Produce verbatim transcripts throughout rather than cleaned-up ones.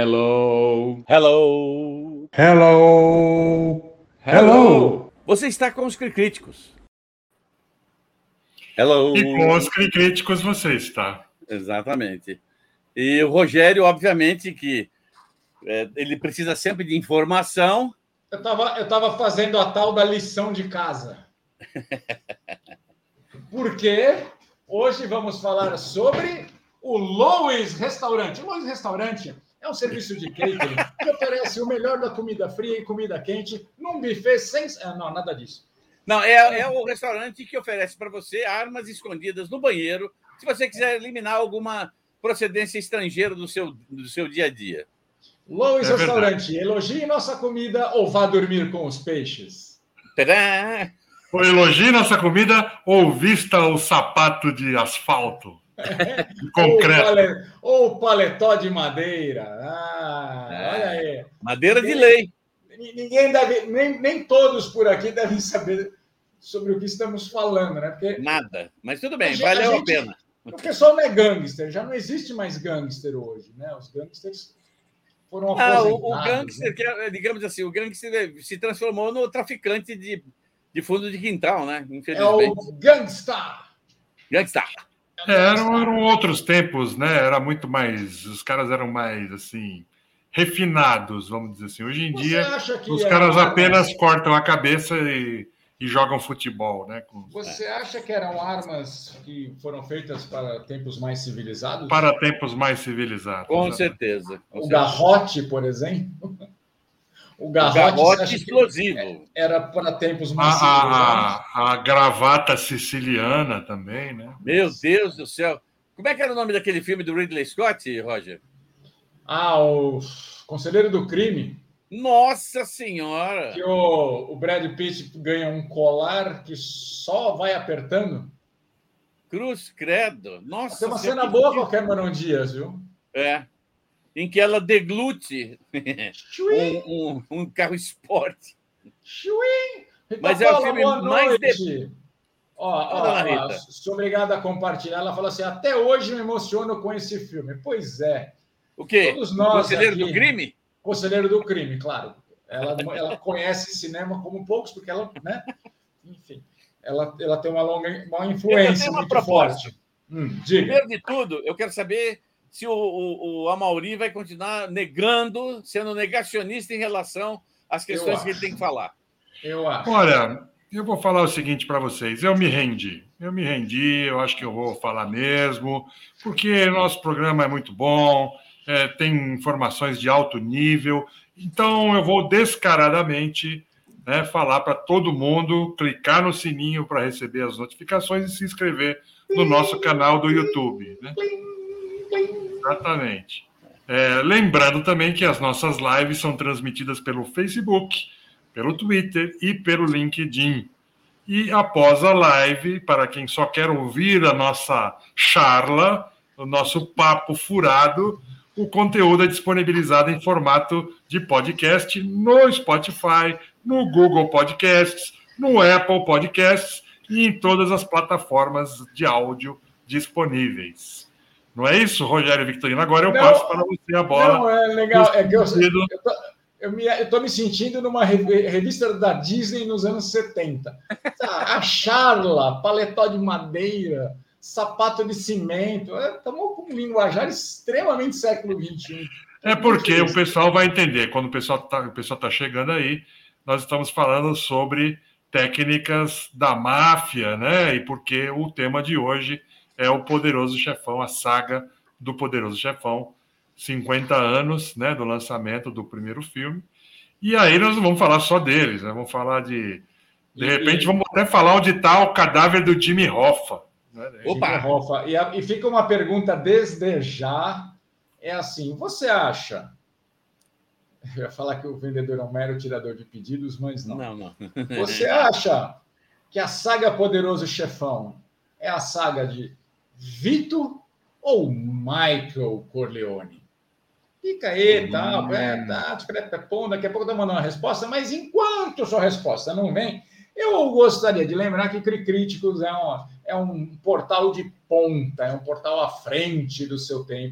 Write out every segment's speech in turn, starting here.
Hello. Hello. Hello. Hello. Você está com os Críticos. Hello. E com os Críticos você está. Exatamente. E o Rogério, obviamente, que é, ele precisa sempre de informação. Eu estava eu tava fazendo a tal da lição de casa. Porque hoje vamos falar sobre o Lois Restaurante. O Lois Restaurante é um serviço de catering que oferece o melhor da comida fria e comida quente num buffet sem... Ah, não, nada disso. Não, é, é o restaurante que oferece para você armas escondidas no banheiro, se você quiser eliminar alguma procedência estrangeira do seu, do seu dia a dia. Lois É Restaurante, verdade. Elogie nossa comida ou vá dormir com os peixes? Tadã! Ou elogie nossa comida ou vista o sapato de asfalto. De concreto. Ou, pale... ou paletó de madeira. Ah, É. olha aí. Madeira Ninguém- de lei. Ninguém deve, nem, nem todos por aqui devem saber sobre o que estamos falando, né? Porque Nada. Mas tudo bem, A gente- valeu a a, gente- pena. o pessoal não é gangster, já não existe mais gangster hoje, né? Os gangsters foram Ah, aposentados. o, o gangster, né? que é, digamos assim, o gangster se transformou no traficante de, de fundo de quintal, né? É Infelizmente. o gangsta. Gangster. É, eram, eram outros tempos, né? Era muito mais. Os caras eram mais assim. Refinados, vamos dizer assim. Hoje em Você dia, acha que os eram caras armas- apenas cortam a cabeça e, e jogam futebol, né? Com- Você acha que eram armas que foram feitas para tempos mais civilizados? para tempos mais civilizados. Com Exatamente. certeza. Com O certeza. garrote, por exemplo? O O garrote, garrote você acha que explosivo. era para tempos A, mais civilizados? a, a, a gravata siciliana também, né? Meu Deus do céu. Como é que era o nome daquele filme do Ridley Scott, Roger? Ah, o Conselheiro do Crime. Nossa Senhora! Que o, o Brad Pitt ganha um colar que só vai apertando. Cruz credo. Nossa Tem uma Senhora, cena que boa filme. com a Cameron Diaz, viu? É. Em que ela deglute Chuim, um, um, um carro esporte. chuim. Rita Mas é o Paula, filme boa mais noite. Ó, ó, Ó, dona ó, Rita. sou obrigado a compartilhar. Ela falou assim: até hoje me emociono com esse filme. Pois é. O quê? Todos nós Conselheiro aqui- do crime? Conselheiro do Crime, claro. Ela, ela conhece cinema como poucos, porque ela, né? Enfim, ela, ela tem uma longa uma influência tenho uma muito proposta. forte. Hum, diga. Primeiro de tudo, eu quero saber se o, o, o Amaury vai continuar negando, sendo negacionista em relação às questões Eu que ele tem que falar. Eu acho. Olha, eu vou falar o seguinte para vocês. Eu me rendi. Eu me rendi, eu acho que eu vou falar mesmo, porque nosso programa é muito bom, é, tem informações de alto nível, então eu vou descaradamente, né, falar para todo mundo clicar no sininho para receber as notificações e se inscrever no nosso canal do YouTube. Né? Exatamente. É, lembrando também que as nossas lives são transmitidas pelo Facebook, pelo Twitter e pelo LinkedIn. E após a live, para quem só quer ouvir a nossa charla, o nosso papo furado, o conteúdo é disponibilizado em formato de podcast no Spotify, no Google Podcasts, no Apple Podcasts e em todas as plataformas de áudio disponíveis. Não é isso, Rogério Victorino? Agora eu Não, passo para você a bola. Não, é legal. É que eu, Querido. eu, tô, eu, me, eu tô me sentindo numa revi- revista da Disney nos anos setenta. A charla, paletó de madeira, sapato de cimento. Estamos com um linguajar extremamente século vinte e um. É porque o pessoal vai entender. Quando o pessoal está o pessoal tá chegando aí, nós estamos falando sobre técnicas da máfia, né? E porque o tema de hoje é o Poderoso Chefão, a saga do Poderoso Chefão, cinquenta anos, né, do lançamento do primeiro filme. E aí nós não vamos falar só deles, né? Vamos falar de... De E- repente, e- vamos até falar onde está o cadáver do Jimmy Hoffa. Né? Opa! Hoffa. E, a- e fica uma pergunta desde já. É assim, você acha... Eu ia falar que o vendedor é um mero tirador de pedidos, mas não. Não, não. Você acha que a saga Poderoso Chefão é a saga de Vito ou Michael Corleone? Fica aí, tá, é, tá, bom, daqui a pouco eu tô mandando uma resposta, mas enquanto sua resposta não vem, eu gostaria de lembrar que Críticos é um, é um portal de ponta, é um portal à frente do seu tempo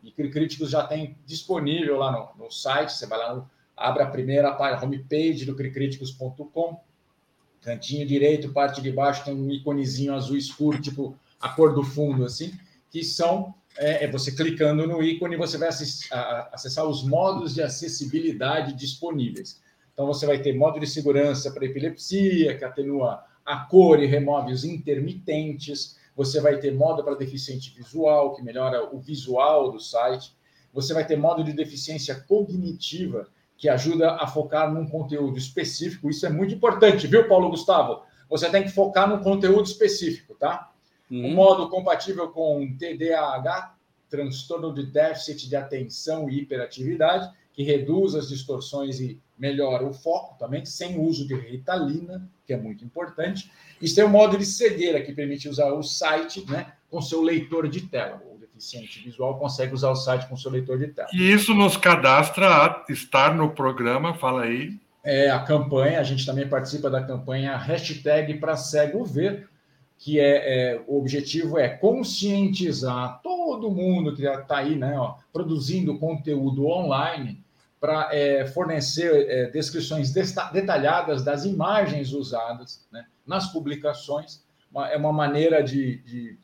E Cricríticos já tem disponível lá no, no site. Você vai lá, no, abre a primeira página, homepage do cricríticos ponto com. Cantinho direito, parte de baixo, tem um iconezinho azul escuro, tipo a cor do fundo, assim, que são, é, é você clicando no ícone, você vai acess, a, acessar os modos de acessibilidade disponíveis. Então, você vai ter modo de segurança para epilepsia, que atenua a cor e remove os intermitentes. Você vai ter modo para deficiente visual, que melhora o visual do site. Você vai ter modo de deficiência cognitiva, que ajuda a focar num conteúdo específico. Isso é muito importante, viu, Paulo Gustavo? Você tem que focar num conteúdo específico, tá? Uhum. Um modo compatível com T D A H, transtorno de déficit de atenção e hiperatividade, que reduz as distorções e melhora o foco também, sem uso de Ritalina, que é muito importante. E tem o modo de cegueira, que permite usar o site, né, com seu leitor de tela. O deficiente visual consegue usar o site com seu leitor de tela. E isso nos cadastra a estar no programa, fala aí. É a campanha, a gente também participa da campanha hashtag para cego ver, que é, é o objetivo é conscientizar todo mundo que está aí, né, ó, produzindo conteúdo online, para é, fornecer é, descrições detalhadas das imagens usadas, né, nas publicações. Uma, é uma maneira de, de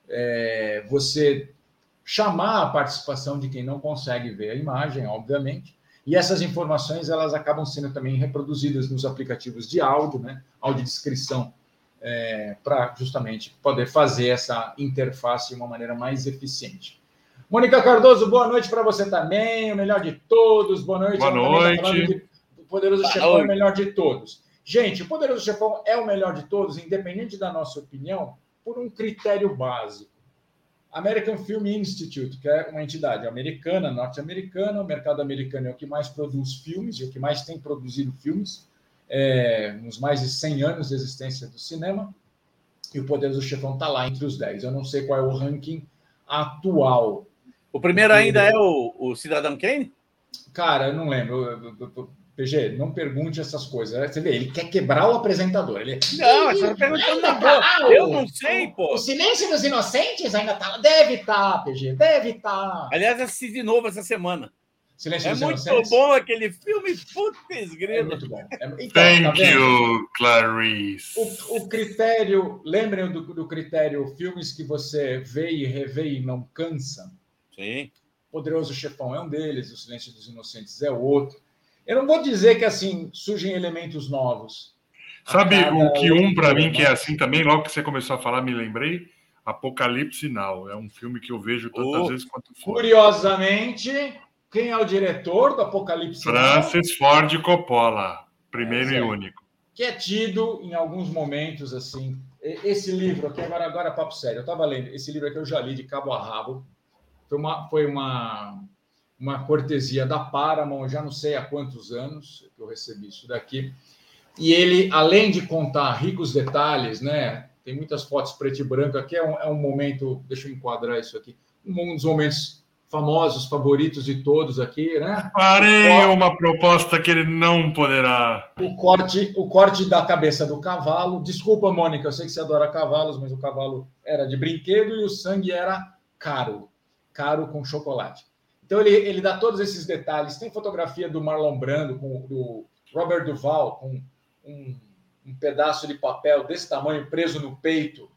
é, você chamar a participação de quem não consegue ver a imagem, obviamente, e essas informações elas acabam sendo também reproduzidas nos aplicativos de áudio, né, audiodescrição, é, para justamente poder fazer essa interface de uma maneira mais eficiente. Mônica Cardoso, boa noite para você também, o melhor de todos, boa noite. Boa noite. De, o Poderoso boa Chefão noite. É o melhor de todos. Gente, o Poderoso Chefão é o melhor de todos, independente da nossa opinião, por um critério básico. American Film Institute, que é uma entidade americana, norte-americana, o mercado americano é o que mais produz filmes, e o que mais tem produzido filmes, é, nos mais de cem anos de existência do cinema, e o Poderoso Chefão está lá entre os dez. Eu não sei qual é o ranking atual. O primeiro ainda é o, o Cidadão Kane? Cara, eu não lembro. Eu, eu, eu, P G, não pergunte essas coisas. Você vê, ele quer quebrar o apresentador. Ele... Não, você está perguntando na boa. Tá, eu não sei, pô. O Silêncio dos Inocentes ainda está lá. Deve estar, tá, P G, deve estar. Tá. Aliás, assisti de novo essa semana. Silêncio é dos muito Inocentes. Bom aquele filme, putz, grilo. É muito bom. É... Então, Thank tá you, Clarice. O, o critério, lembrem do, do critério filmes que você vê e revê e não cansa? Sim. Poderoso Chefão é um deles, O Silêncio dos Inocentes é outro. Eu não vou dizer que, assim, surgem elementos novos. Sabe o que um, para mim, que é assim também, logo que você começou a falar, me lembrei? Apocalipse Now. É um filme que eu vejo tantas oh. vezes quanto for. Curiosamente, quem é o diretor do Apocalipse Now? Francis Ford Coppola, primeiro é, e único. Que é tido, em alguns momentos, assim... Esse livro aqui, agora, agora papo sério, eu estava lendo, esse livro aqui eu já li de cabo a rabo. Foi uma... Foi uma uma cortesia da Paramount, já não sei há quantos anos que eu recebi isso daqui. E ele, além de contar ricos detalhes, né? Tem muitas fotos preto e branco. Aqui é um, é um momento, deixa eu enquadrar isso aqui, um dos momentos famosos, favoritos de todos aqui, né? Parei corte, uma proposta que ele não poderá. O corte, o corte da cabeça do cavalo. Desculpa, Mônica, eu sei que você adora cavalos, mas o cavalo era de brinquedo e o sangue era caro. Caro com chocolate. Então, ele, ele dá todos esses detalhes. Tem fotografia do Marlon Brando, com do Robert Duvall, com um, um pedaço de papel desse tamanho preso no peito,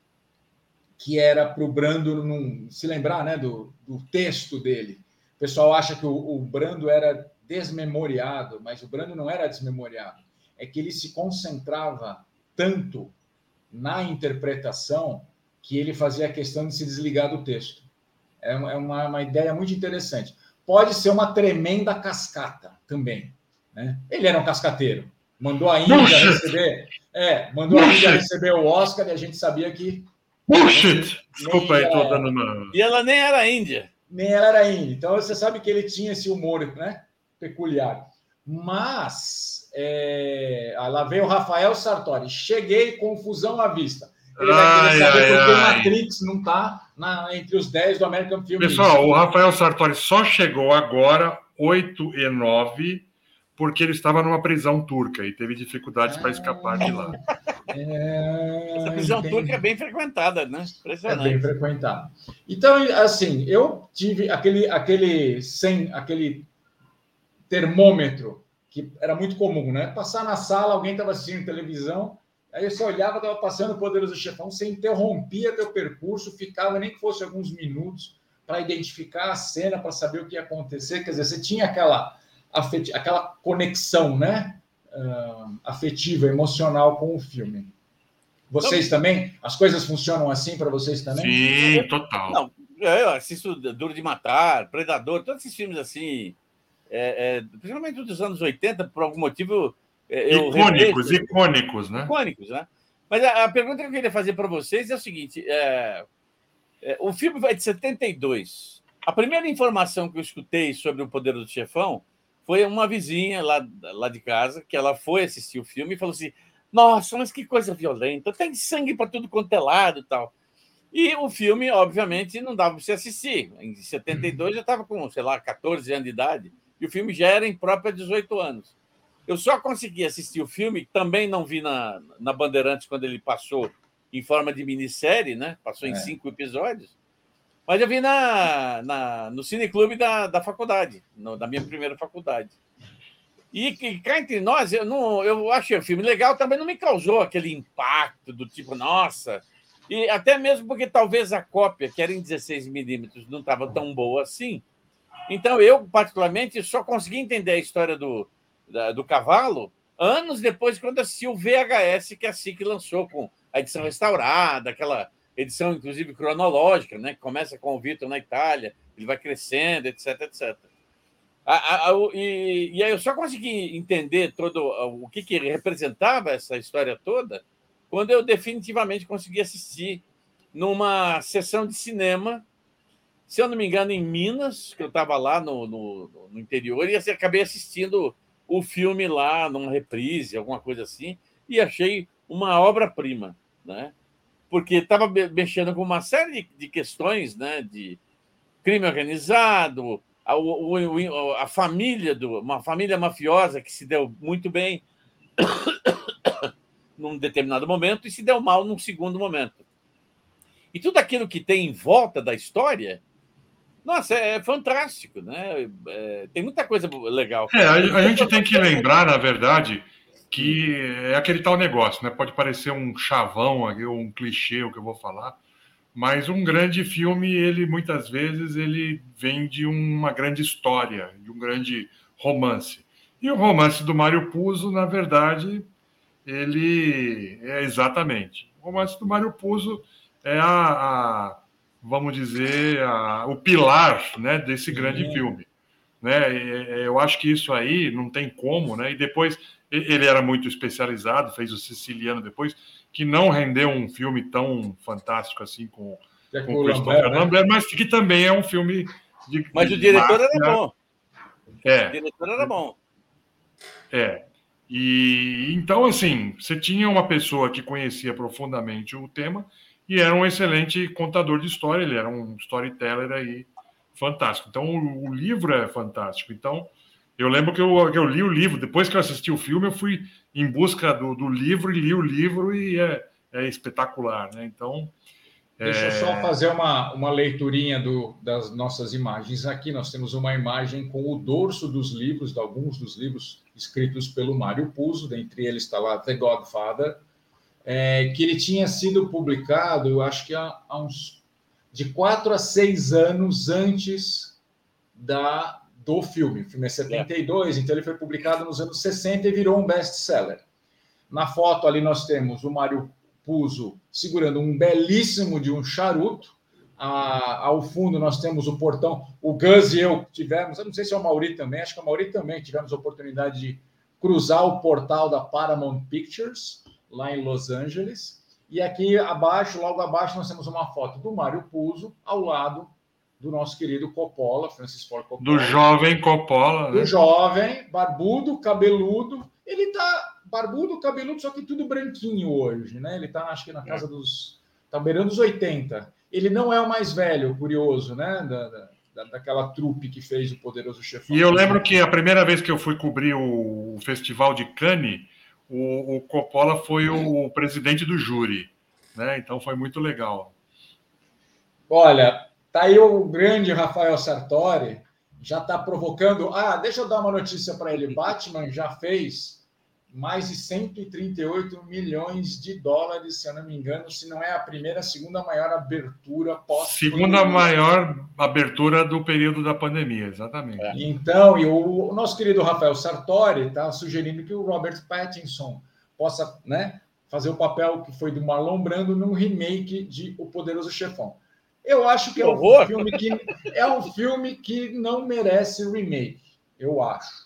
que era para o Brando não se lembrar, né, do, do texto dele. O pessoal acha que o, o Brando era desmemoriado, mas o Brando não era desmemoriado. É que ele se concentrava tanto na interpretação que ele fazia questão de se desligar do texto. É uma, uma ideia muito interessante. Pode ser uma tremenda cascata também, né? Ele era um cascateiro. Mandou a Índia Bullshit. receber... É, mandou Bullshit. a Índia receber o Oscar e a gente sabia que... Bullshit! Desculpa aí, estou dando uma... E ela nem era Índia. Nem ela era Índia. Então, você sabe que ele tinha esse humor, né, peculiar. Mas, é... lá veio o Rafael Sartori. Cheguei, confusão à vista. Ele vai querer saber porque o Matrix não está entre os dez do American Film. Pessoal, o Rafael Sartori só chegou agora, oito e nove, porque ele estava numa prisão turca e teve dificuldades ah, para escapar de lá. É, Essa prisão entendi. turca é bem frequentada, né? É bem frequentada. Então, assim, eu tive aquele, aquele, sem, aquele termômetro que era muito comum, né? Passar na sala, alguém estava assistindo televisão, aí você olhava, estava passando o Poderoso Chefão, você interrompia teu percurso, ficava nem que fosse alguns minutos para identificar a cena, para saber o que ia acontecer. Quer dizer, você tinha aquela, afet... aquela conexão, né? Uh, afetiva, emocional com o filme. Vocês não, também? As coisas funcionam assim para vocês também? Sim, total. Não, eu assisto Duro de Matar, Predador, todos esses filmes assim, é, é, principalmente dos anos oitenta, por algum motivo. Eu icônicos, revejo, icônicos, né? Icônicos, né? Mas a, a pergunta que eu queria fazer para vocês é o seguinte: é, é, o filme vai de setenta e dois. A primeira informação que eu escutei sobre o Poderoso Chefão foi uma vizinha lá, lá de casa, que ela foi assistir o filme e falou assim: nossa, mas que coisa violenta, tem sangue para tudo quanto é lado e tal. E o filme, obviamente, não dava para você assistir. Em setenta e dois eu estava com, sei lá, catorze anos de idade, e o filme já era em própria dezoito anos. Eu só consegui assistir o filme, também não vi na, na Bandeirantes quando ele passou em forma de minissérie, né? Passou em é. cinco episódios. Mas eu vi na, na, no cineclube da, da faculdade, no, da minha primeira faculdade. E, e cá entre nós, eu, não, eu achei o filme legal, também não me causou aquele impacto do tipo, nossa... E até mesmo porque talvez a cópia, que era em dezesseis milímetros, não estava tão boa assim. Então, eu, particularmente, só consegui entender a história do, da, do cavalo anos depois, quando assisti o V H S que a S I C lançou com a edição restaurada, aquela edição, inclusive, cronológica, né, que começa com o Vitor na Itália, ele vai crescendo, etc, etcétera. A, a, a, e, e aí eu só consegui entender todo o que, que representava essa história toda quando eu definitivamente consegui assistir numa sessão de cinema, se eu não me engano, em Minas, que eu estava lá no, no, no interior, e assim, acabei assistindo o filme lá, numa reprise, alguma coisa assim, e achei uma obra-prima, né? Porque estava mexendo com uma série de questões, né, de crime organizado, a, o, a família, do, uma família mafiosa que se deu muito bem num determinado momento e se deu mal num segundo momento. E tudo aquilo que tem em volta da história, nossa, é fantástico, né? É, tem muita coisa legal. É, a, a gente tem que lembrar, na verdade, que é aquele tal negócio, né? Pode parecer um chavão ou um clichê o que eu vou falar, mas um grande filme, ele muitas vezes ele vem de uma grande história, de um grande romance. E o romance do Mário Puzo, na verdade, ele é exatamente. O romance do Mário Puzo é a, a vamos dizer, a, o pilar, né, desse grande uhum. filme. Né? Eu acho que isso aí não tem como, né? E depois ele era muito especializado, fez o Siciliano depois, que não rendeu um filme tão fantástico assim com, é com o Christopher Lambert, né? Mas que também é um filme de. Mas de o diretor máfia. era bom. É. O diretor era bom. É. E então, assim, você tinha uma pessoa que conhecia profundamente o tema e era um excelente contador de história, ele era um storyteller aí fantástico. Então, o, o livro é fantástico. Então, eu lembro que eu, que eu li o livro, depois que eu assisti o filme, eu fui em busca do, do livro e li o livro e é, é espetacular, né? Então... Deixa eu é... só fazer uma, uma leiturinha do, das nossas imagens aqui. Nós temos uma imagem com o dorso dos livros, de alguns dos livros escritos pelo Mário Puzo, dentre eles está lá The Godfather, é, que ele tinha sido publicado, eu acho que há, há uns de quatro a seis anos antes da, do filme. O filme é setenta e dois, então ele foi publicado nos anos sessenta e virou um best-seller. Na foto ali nós temos o Mário Puzo segurando um belíssimo de um charuto. A, ao fundo nós temos o portão. O Gus e eu tivemos, eu não sei se é o Mauri também, acho que é o Mauri também, tivemos a oportunidade de cruzar o portal da Paramount Pictures, lá em Los Angeles. E aqui abaixo, logo abaixo, nós temos uma foto do Mário Puzo ao lado do nosso querido Coppola, Francis Ford Coppola. Do jovem Coppola, Do né? jovem, barbudo, cabeludo. Ele tá barbudo, cabeludo, só que tudo branquinho hoje, né? Ele tá, acho que na casa dos... tá beirando os oitenta. Ele não é o mais velho, curioso, né? Da, da, da, daquela trupe que fez o Poderoso Chefão. E eu lembro que a primeira vez que eu fui cobrir o, o Festival de Cannes, o, o Coppola foi o, o presidente do júri, né? Então foi muito legal. Olha, tá aí o grande Rafael Sartori, já está provocando... Ah, deixa eu dar uma notícia para ele. Batman já fez mais de cento e trinta e oito milhões de dólares, se eu não me engano, se não é a primeira, a segunda maior abertura pós Segunda maior abertura do período da pandemia, exatamente. É. Então, e o, o nosso querido Rafael Sartori está sugerindo que o Robert Pattinson possa, né, fazer o papel que foi do Marlon Brando num remake de O Poderoso Chefão. Eu acho que é um filme que é um filme que não merece remake, eu acho.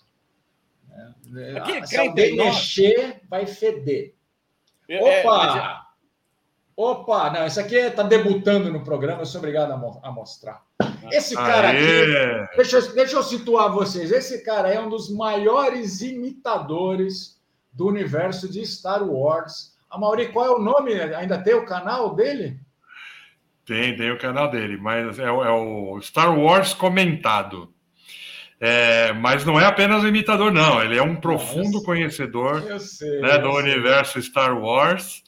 Aqui, ah, se alguém mexer, vai feder. É, Opa! É... Opa! Não, isso aqui está debutando no programa, eu sou obrigado a, mo a mostrar. Esse cara Aê! aqui, deixa eu, deixa eu situar vocês, esse cara é um dos maiores imitadores do universo de Star Wars. Amaury, qual é o nome? Ainda tem o canal dele? Tem, tem o canal dele, mas é o, é o Star Wars Comentado. É, mas não é apenas um imitador, não. Ele é um profundo não, conhecedor eu sei, né, do sei. universo Star Wars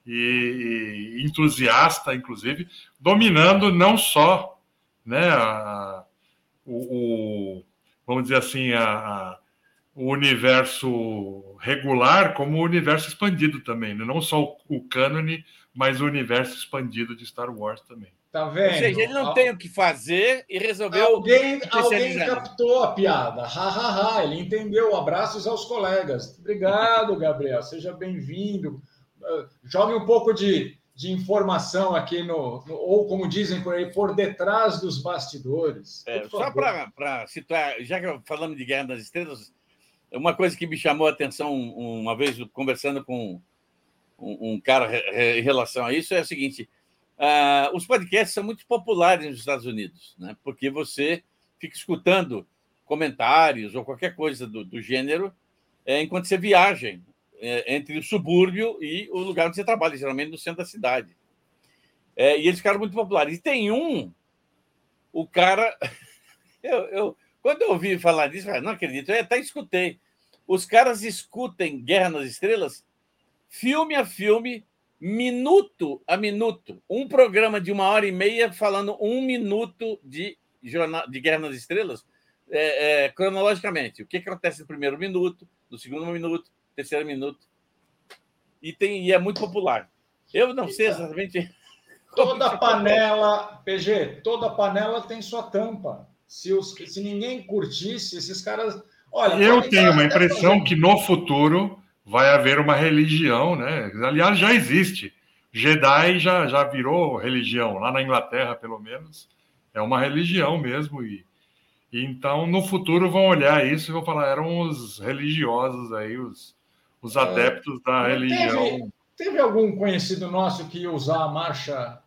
e, e entusiasta, inclusive, dominando não só, né, a, o, o, vamos dizer assim, a, a, o universo regular, como o universo expandido também. Né? Não só o, o cânone, mas o universo expandido de Star Wars também. Tá vendo? Ou seja, ele não Al... tem o que fazer e resolveu... Alguém, alguém captou a piada. Ha, ha, ha. Ele entendeu. Abraços aos colegas. Obrigado, Gabriel. Seja bem-vindo. Jogue um pouco de, de informação aqui, no, no, ou como dizem por aí, por detrás dos bastidores. É, só para situar, já que falamos de Guerra das Estrelas, uma coisa que me chamou a atenção uma vez, conversando com um, um cara em relação a isso, é o seguinte... Uh, os podcasts são muito populares nos Estados Unidos, né? Porque você fica escutando comentários ou qualquer coisa do, do gênero é, enquanto você viaja é, entre o subúrbio e o lugar onde você trabalha, geralmente no centro da cidade. É, e eles ficaram muito populares. E tem um, o cara... eu, eu, quando eu ouvi falar disso, eu falei, não acredito, eu até escutei. Os caras escutem Guerra nas Estrelas, filme a filme, minuto a minuto, um programa de uma hora e meia falando um minuto de, jornal, de Guerra nas Estrelas, é, é, cronologicamente. O que, que acontece no primeiro minuto, no segundo minuto, no terceiro minuto. E, tem, e é muito popular. Eu não sei exatamente... Toda panela, P G, toda panela tem sua tampa. Se, os, se ninguém curtisse, esses caras... Olha, eu tenho uma impressão que no futuro... vai haver uma religião, né? Aliás, já existe. Jedi já, já virou religião, lá na Inglaterra, pelo menos. É uma religião mesmo. E, e então, no futuro, vão olhar isso e vão falar, eram os religiosos aí, os, os adeptos é, da religião. Teve, teve algum conhecido nosso que ia usar a marcha...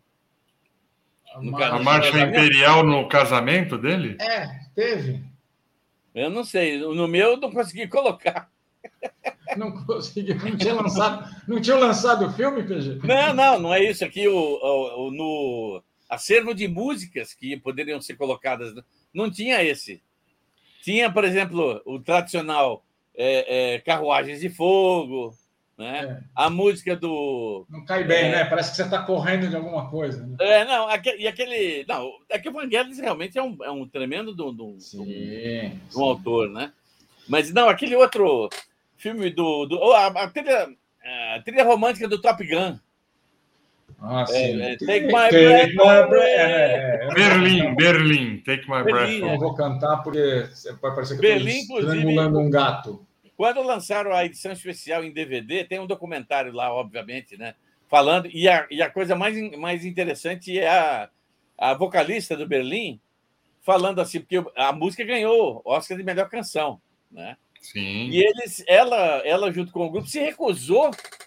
A marcha, a marcha imperial no casamento dele? É, teve. Eu não sei. No meu, eu não consegui colocar. Não consegui, não tinha lançado, não tinha lançado o filme, P G? Não, não, não é isso. Aqui o, o, o, no acervo de músicas que poderiam ser colocadas, não tinha esse. Tinha, por exemplo, o tradicional é, é, Carruagens de Fogo, né? É. A música do... Não cai bem, é, né? Parece que você está correndo de alguma coisa. Né? É, não, aquele, e aquele... Não, é que o Vangelis realmente é um, é um tremendo do, do, sim, do, sim. do autor, né? Mas não, aquele outro filme do... do oh, a, a, trilha, a trilha romântica do Top Gun. Ah, sim. É, é, take my breath. É, é, Berlim, Berlim. Take my Berlim, breath. Não vou cantar porque vai parecer que Berlim, eu estou estrangulando um gato. Quando lançaram a edição especial em D V D, tem um documentário lá, obviamente, né? Falando, e a, e a coisa mais, mais interessante é a, a vocalista do Berlim falando assim, porque a música ganhou Oscar de melhor canção, né? Sim. E eles, ela, ela, junto com o grupo, se recusou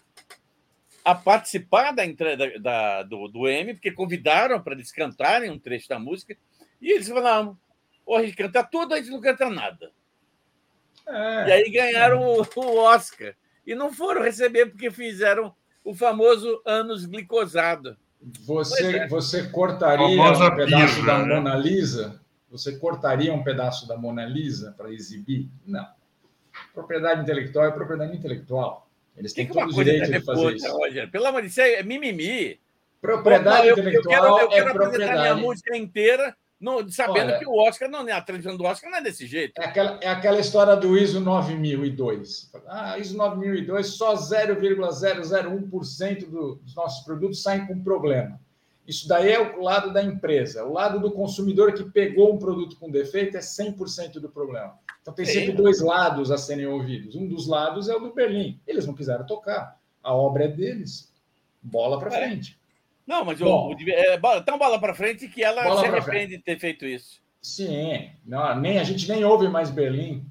a participar da entrega da, do, do Emmy, porque convidaram para eles cantarem um trecho da música, e eles falaram, ou a gente canta tudo, a gente não canta nada. É, e aí ganharam é. o, o Oscar. E não foram receber porque fizeram o famoso ânus glicosado. Você, é. você cortaria Famosa um pedaço birra, da né? Mona Lisa? Você cortaria um pedaço da Mona Lisa para exibir? Não. Propriedade intelectual é propriedade intelectual. Eles O que, têm que todo uma o coisa tem a direito ver de com fazer outra, isso. Rogério? Pelo amor de Deus, é mimimi. Propriedade Não, eu, eu quero, intelectual eu quero é apresentar minha propriedade. música inteira, não, sabendo Olha, que o Oscar, não, a tradição do Oscar não é desse jeito. É aquela, é aquela história do I S O nove mil e dois. Ah, I S O nove mil e dois, só zero vírgula zero zero um por cento do, dos nossos produtos saem com problema. Isso daí é o lado da empresa. O lado do consumidor que pegou um produto com defeito é cem por cento do problema. Então tem sempre Sim. dois lados a serem ouvidos. Um dos lados é o do Berlim. Eles não quiseram tocar. A obra é deles. Bola para É. frente. Não, mas Bom, o, o, é, bola, tão bola para frente que ela bola se pra arrepende frente. de ter feito isso. Sim, não, nem, a gente nem ouve mais Berlim.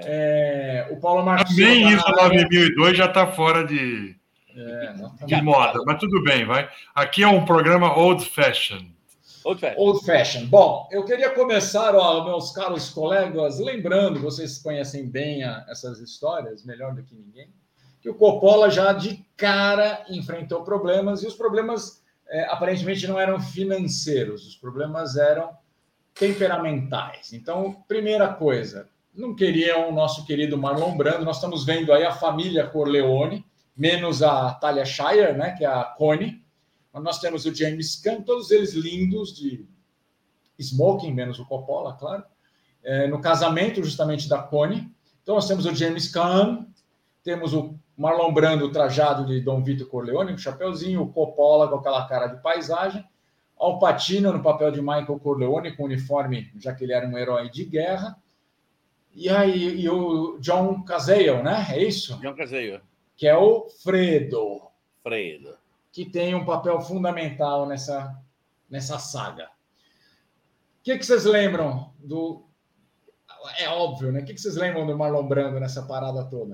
É. É, o Paulo Marcos Também Silva isso tá na área. nove mil e dois já está fora de, É, não, tá de bom. moda, mas tudo bem, vai. Aqui é um programa old fashion. Old fashion. Old fashion. Bom, eu queria começar, ó, meus caros colegas, lembrando, vocês conhecem bem a, essas histórias, melhor do que ninguém, que o Coppola já de cara enfrentou problemas, e os problemas é, aparentemente não eram financeiros, os problemas eram temperamentais. Então, primeira coisa, não queriam o nosso querido Marlon Brando, nós estamos vendo aí a família Corleone, menos a Talia Shire, né, que é a Connie. Nós temos o James Caan, todos eles lindos de smoking, menos o Coppola, claro. É, no casamento, justamente, da Connie. Então, nós temos o James Caan, temos o Marlon Brando trajado de Dom Vito Corleone, com chapeuzinho, o Coppola com aquela cara de paisagem, Al Pacino no papel de Michael Corleone, com uniforme, já que ele era um herói de guerra. E aí, e o John Cazale, né? É isso? John Cazale. Que é o Fredo. Fredo. Que tem um papel fundamental nessa, nessa saga. O que, que vocês lembram do... É óbvio, né? O que, que vocês lembram do Marlon Brando nessa parada toda?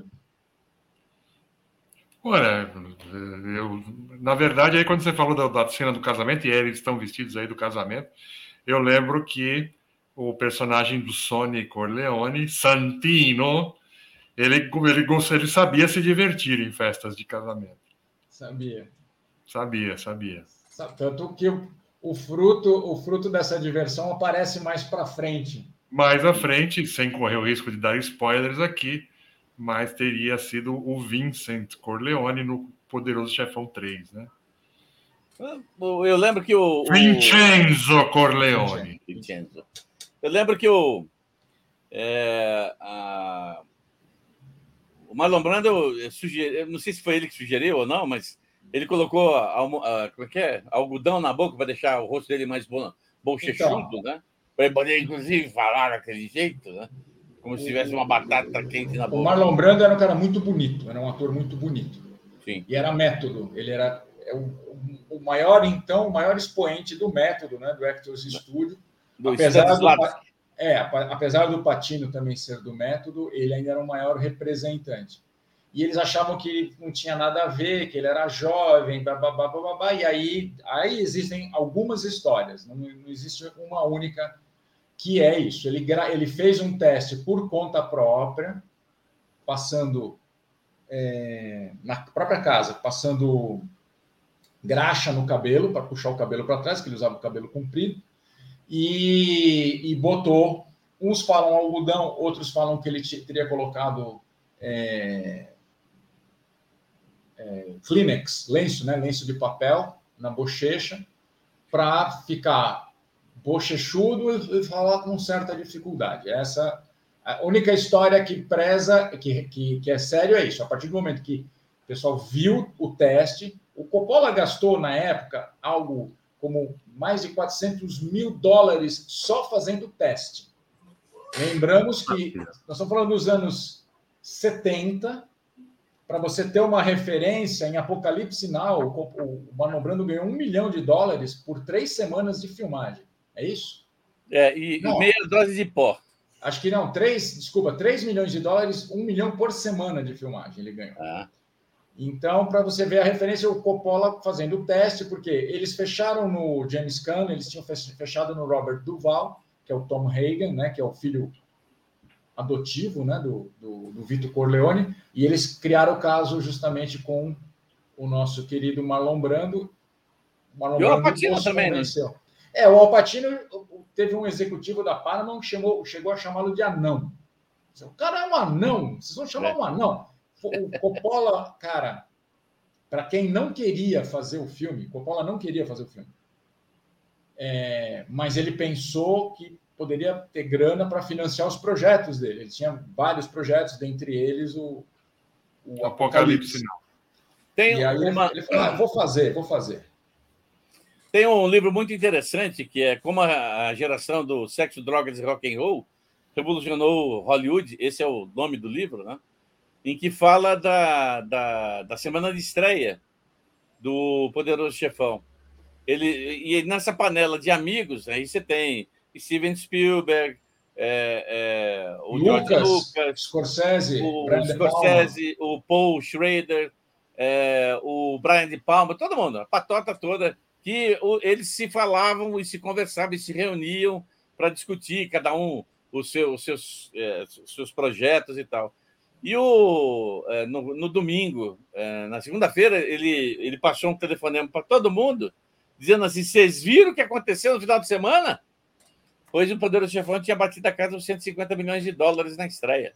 Olha, eu, na verdade, aí quando você falou da, da cena do casamento, e eles estão vestidos aí do casamento, eu lembro que o personagem do Sonny Corleone, Santino, ele, ele, ele sabia se divertir em festas de casamento. Sabia. Sabia, sabia. Tanto que o, o, fruto, o fruto dessa diversão aparece mais para frente. Mais à frente, sem correr o risco de dar spoilers aqui, mas teria sido o Vincent Corleone no Poderoso Chefão três, né? Eu lembro que o... Vincenzo Corleone. Vincenzo. Eu lembro que o... É, a, o Marlon Brando, eu sugeri, eu não sei se foi ele que sugeriu ou não, mas ele colocou a, a, como é que é? Algodão na boca para deixar o rosto dele mais bochechudo, então, né? Para ele poder, inclusive, falar daquele jeito, né? Como se tivesse uma batata quente na boca. O Marlon Brando era um cara muito bonito, era um ator muito bonito. Sim. E era método. Ele era o, o maior, então, o maior expoente do método, né? Do Actors Studio. Do apesar, do, é, apesar do Pacino também ser do método, ele ainda era o maior representante. E eles achavam que não tinha nada a ver, que ele era jovem, babá, babá, e aí, aí existem algumas histórias, não, não existe uma única que é isso. Ele, ele fez um teste por conta própria, passando é, na própria casa, passando graxa no cabelo, para puxar o cabelo para trás, que ele usava o cabelo comprido, e, e botou, uns falam algodão, outros falam que ele teria colocado é, é, Kleenex, lenço, né, lenço de papel na bochecha, para ficar bochechudo e falar com certa dificuldade. Essa a única história que preza, que, que, que é sério, é isso. A partir do momento que o pessoal viu o teste, o Coppola gastou, na época, algo como mais de quatrocentos mil dólares só fazendo o teste. Lembramos que nós estamos falando dos anos setenta. Para você ter uma referência, em Apocalipse Now, o Marlon Brando ganhou um milhão de dólares por três semanas de filmagem. É isso? É, e, e meia dose de pó. Acho que não, três, desculpa, três milhões de dólares, um milhão por semana de filmagem ele ganhou. Ah. Então, para você ver a referência, o Coppola fazendo o teste, porque eles fecharam no James Caan, eles tinham fechado no Robert Duvall, que é o Tom Hagen, né, que é o filho adotivo, né, do, do, do Vito Corleone, e eles criaram o caso justamente com o nosso querido Marlon Brando. Marlon E o Al Brando Pacino os também, né? convenceu. É, o Al Pacino teve um executivo da Paramount que chamou, chegou a chamá-lo de anão. O cara é um anão, vocês vão chamar É. um anão. O Coppola, cara, para quem não queria fazer o filme, Coppola não queria fazer o filme. É, mas ele pensou que poderia ter grana para financiar os projetos dele. Ele tinha vários projetos, dentre eles o, o Apocalipse Apocalipse. não. Tem E aí ele, uma... ele falou, ah, vou fazer, vou fazer. Tem um livro muito interessante que é como a geração do sexo, drogas e rock and roll revolucionou Hollywood. Esse é o nome do livro, né? Em que fala da, da, da semana de estreia do Poderoso Chefão. Ele, e nessa panela de amigos, aí você tem Steven Spielberg, é, é, o Lucas, George Lucas, Scorsese, o Brian De Scorsese, o Paul Schrader, é, o Brian De Palma, todo mundo, a patota toda, que o, eles se falavam e se conversavam e se reuniam para discutir, cada um os seu, os seus, é, seus projetos e tal. E o, é, no, no domingo, é, na segunda-feira, ele, ele passou um telefonema para todo mundo, dizendo assim: vocês viram o que aconteceu no final de semana? Pois o Poderoso Chefão tinha batido a casa dos cento e cinquenta milhões de dólares na estreia.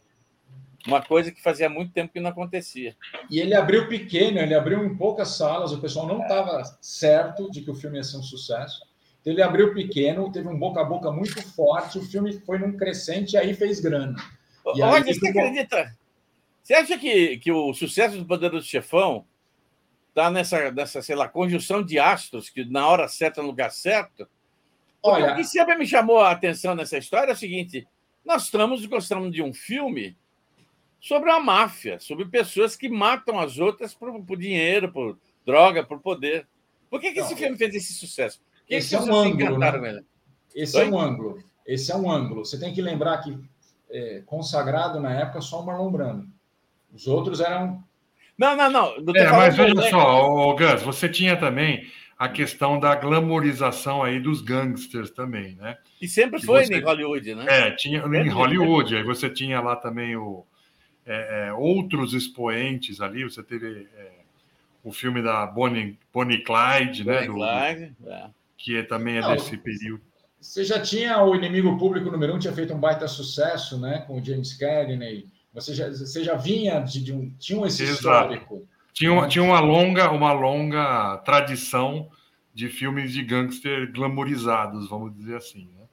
Uma coisa que fazia muito tempo que não acontecia. E ele abriu pequeno, ele abriu em poucas salas, o pessoal não estava certo de que o filme ia ser um sucesso. Então, ele abriu pequeno, teve um boca a boca muito forte, o filme foi num crescente e aí fez grana. E Olha, aí, você acredita? Você acha que, que o sucesso do Poderoso Chefão está nessa, nessa, sei lá, conjunção de astros, que na hora certa, no lugar certo? Porque olha, o que sempre me chamou a atenção nessa história é o seguinte: nós estamos gostando de um filme sobre uma máfia, sobre pessoas que matam as outras por, por dinheiro, por droga, por poder. Por que, que Não, esse filme fez esse sucesso? Por que esse é as um pessoas se ângulo, encantaram com né? ele? Esse Oi? é um ângulo. Esse é um ângulo. Você tem que lembrar que é, consagrado na época só o Marlon Brando. Os outros eram. Não, não, não. não tô É, mas falando veja do- só, ô, Gus, você tinha também a questão da glamorização aí dos gangsters também, né? E sempre Que foi você- em Hollywood, né? É, tinha em Sempre, Hollywood, aí você tinha lá também o, é, é, outros expoentes ali, você teve é, o filme da Bonnie, Bonnie Clyde, né? Bonnie Do, Clyde, é. que é- também é Não, desse período. Você já tinha o Inimigo Público número um, tinha feito um baita sucesso, né? Com o James Cagney. Você já, você já vinha de, de um. Tinha esse Exato. histórico. Tinha, uma- né? tinha uma longa, uma longa tradição de filmes de gangster glamorizados, vamos dizer assim, né?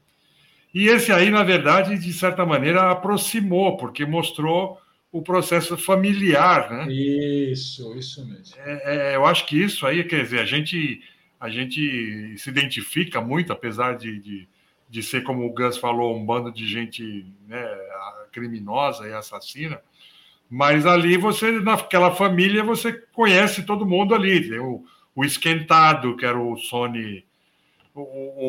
E esse aí, na verdade, de certa maneira, aproximou, porque mostrou o processo familiar, né? Isso, isso mesmo. É, é, eu acho que isso aí, quer dizer, a gente, a gente se identifica muito, apesar de, de, de ser, como o Gus falou, um bando de gente, né, criminosa e assassina, mas ali você, naquela família, você conhece todo mundo ali. Tem o, o esquentado, que era o Sony, o,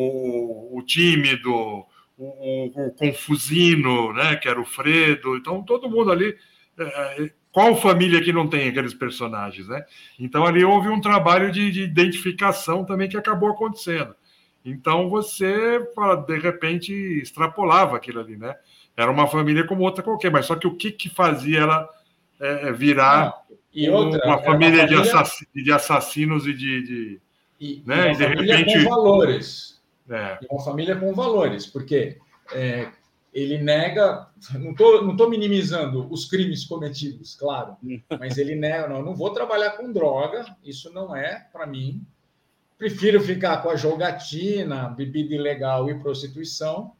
o, o tímido, o, o, o confusino, né, que era o Fredo. Então, todo mundo ali. É, qual família que não tem aqueles personagens, né? Então, ali houve um trabalho de, de identificação também que acabou acontecendo. Então, você, de repente, extrapolava aquilo ali, né? Era uma família como outra qualquer, mas só que o que, que fazia ela é, virar Não, e outra, uma, era família uma de, família assass, de assassinos e de. de e, né? e uma E de família repente. com valores. É, E uma família com valores, porque é, ele nega. Não estou não tô minimizando os crimes cometidos, claro, mas ele nega. Não, não vou trabalhar com droga, isso não é para mim. Prefiro ficar com a jogatina, bebida ilegal e prostituição,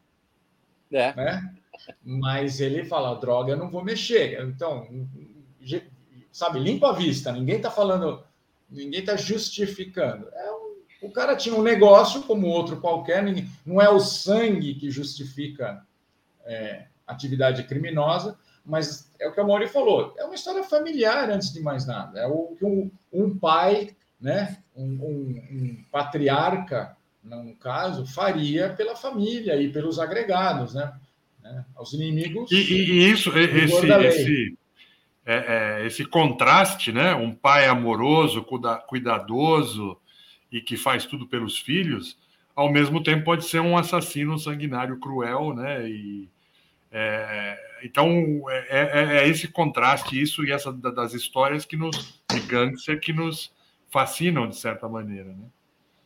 É. né? Mas ele fala, droga, eu não vou mexer. Então, sabe, limpa a vista. Ninguém está falando, ninguém está justificando. É um, o cara tinha um negócio como outro qualquer. Ninguém, não é o sangue que justifica é, atividade criminosa, mas é o que a Mauri falou. É uma história familiar, antes de mais nada. É o que um, um pai, né, um, um, um patriarca, no caso, faria pela família e pelos agregados, né? Né, aos inimigos. E, e, e isso, esse, esse, é, é, esse contraste, né? Um pai amoroso, cuida, cuidadoso e que faz tudo pelos filhos, ao mesmo tempo pode ser um assassino sanguinário, cruel, né? E, é, então é, é, é esse contraste, isso e essa das histórias que nos, de gangster que nos fascinam de certa maneira, né?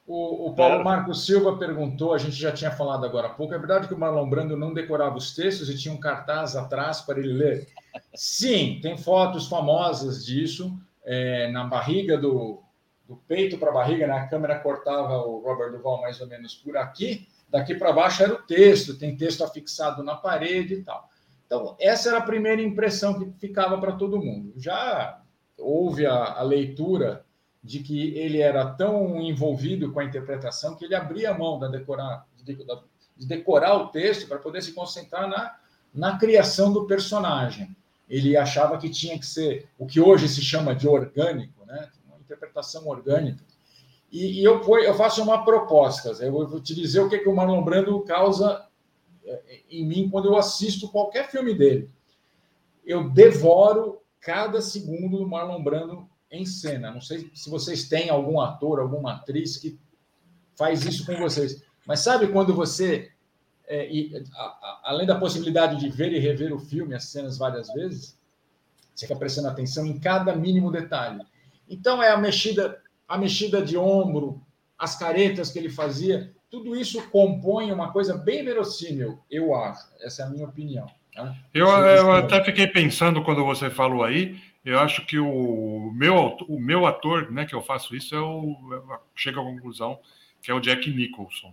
O, o Paulo Marcos Silva perguntou, a gente já tinha falado agora há pouco, é verdade que o Marlon Brando não decorava os textos e tinha um cartaz atrás para ele ler? Sim, tem fotos famosas disso, é, na barriga do, do peito para a barriga, né? A câmera cortava o Robert Duvall mais ou menos por aqui, daqui para baixo era o texto, tem texto afixado na parede e tal. Então, essa era a primeira impressão que ficava para todo mundo. Já houve a, a leitura de que ele era tão envolvido com a interpretação que ele abria a mão da decorar, de, de decorar o texto para poder se concentrar na, na criação do personagem. Ele achava que tinha que ser o que hoje se chama de orgânico, né? Uma interpretação orgânica. E, e eu, eu faço uma proposta, eu vou te dizer o que, que o Marlon Brando causa em mim quando eu assisto qualquer filme dele. Eu devoro cada segundo do Marlon Brando em cena. Não sei se vocês têm algum ator, alguma atriz que faz isso com vocês. Mas sabe quando você, é, e, a, a, além da possibilidade de ver e rever o filme, as cenas várias vezes, você fica prestando atenção em cada mínimo detalhe. Então, é a mexida, a mexida de ombro, as caretas que ele fazia, tudo isso compõe uma coisa bem verossímil, eu acho. Essa é a minha opinião. Né? Eu, eu até fiquei pensando quando você falou aí, eu acho que o meu, o meu ator, né, que eu faço isso, é o, eu chego à conclusão que é o Jack Nicholson.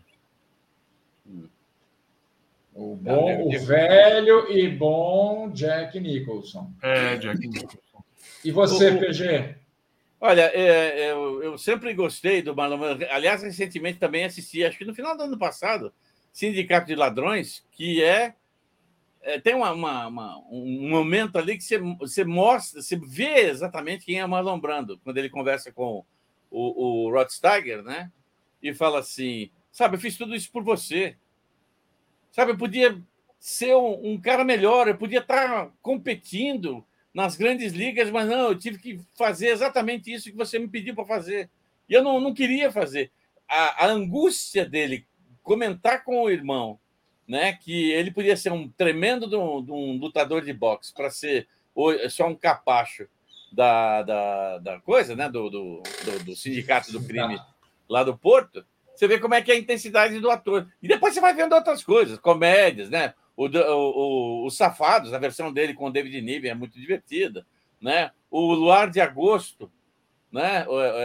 O, bom, o velho e bom Jack Nicholson. É, Jack Nicholson. E você, o, P G? Olha, é, eu, eu sempre gostei do Marlon Brando. Aliás, recentemente também assisti, acho que no final do ano passado, Sindicato de Ladrões, que é É, tem uma, uma, uma, um momento ali que você, você mostra, você vê exatamente quem é Marlon Brando, quando ele conversa com o, o Rod Steiger, né? E fala assim, sabe, eu fiz tudo isso por você. Sabe, eu podia ser um, um cara melhor, eu podia estar competindo nas grandes ligas, mas não, eu tive que fazer exatamente isso que você me pediu para fazer. E eu não, não queria fazer. A, a angústia dele comentar com o irmão, né, que ele podia ser um tremendo de um, de um lutador de boxe para ser só um capacho da, da, da coisa, né, do, do, do, do sindicato do crime lá do Porto. Você vê como é que é a intensidade do ator. E depois você vai vendo outras coisas, comédias, né? O, o, o, o Safados, a versão dele com o David Niven é muito divertida, né? O Luar de Agosto, né?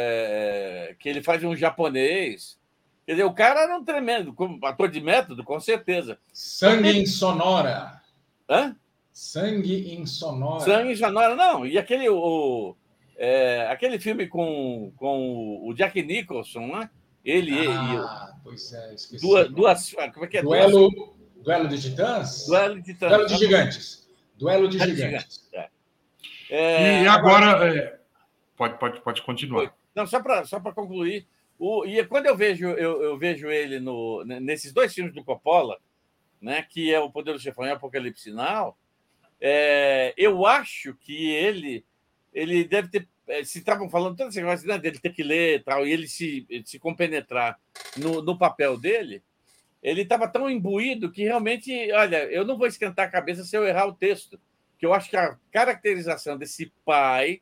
É, é, que ele faz um japonês. Quer dizer, o cara era um tremendo ator de método, com certeza. Sangue em Sonora. Hã? Sangue em Sonora. Sangue em Sonora, não. E aquele, o, é, aquele filme com, com o Jack Nicholson, né? Ele ah, e. Pois é, esqueci. Duas, duas, como é que é? Duelo, duas... duelo de Titãs? Duelo de Titãs. Duelo de Gigantes. Duelo de Duelo Gigantes. É. É, e agora. agora é... Pode, pode, pode continuar. Não, só para só para concluir. O, e quando eu vejo, eu, eu vejo ele no, nesses dois filmes do Coppola, né, que é O Poderoso Chefão e Apocalipse Sinal, é, eu acho que ele, ele deve ter. Se estavam falando todas essas coisas, né, dele ter que ler e tal, e ele se, se compenetrar no, no papel dele, ele estava tão imbuído que realmente, olha, eu não vou esquentar a cabeça se eu errar o texto, que eu acho que a caracterização desse pai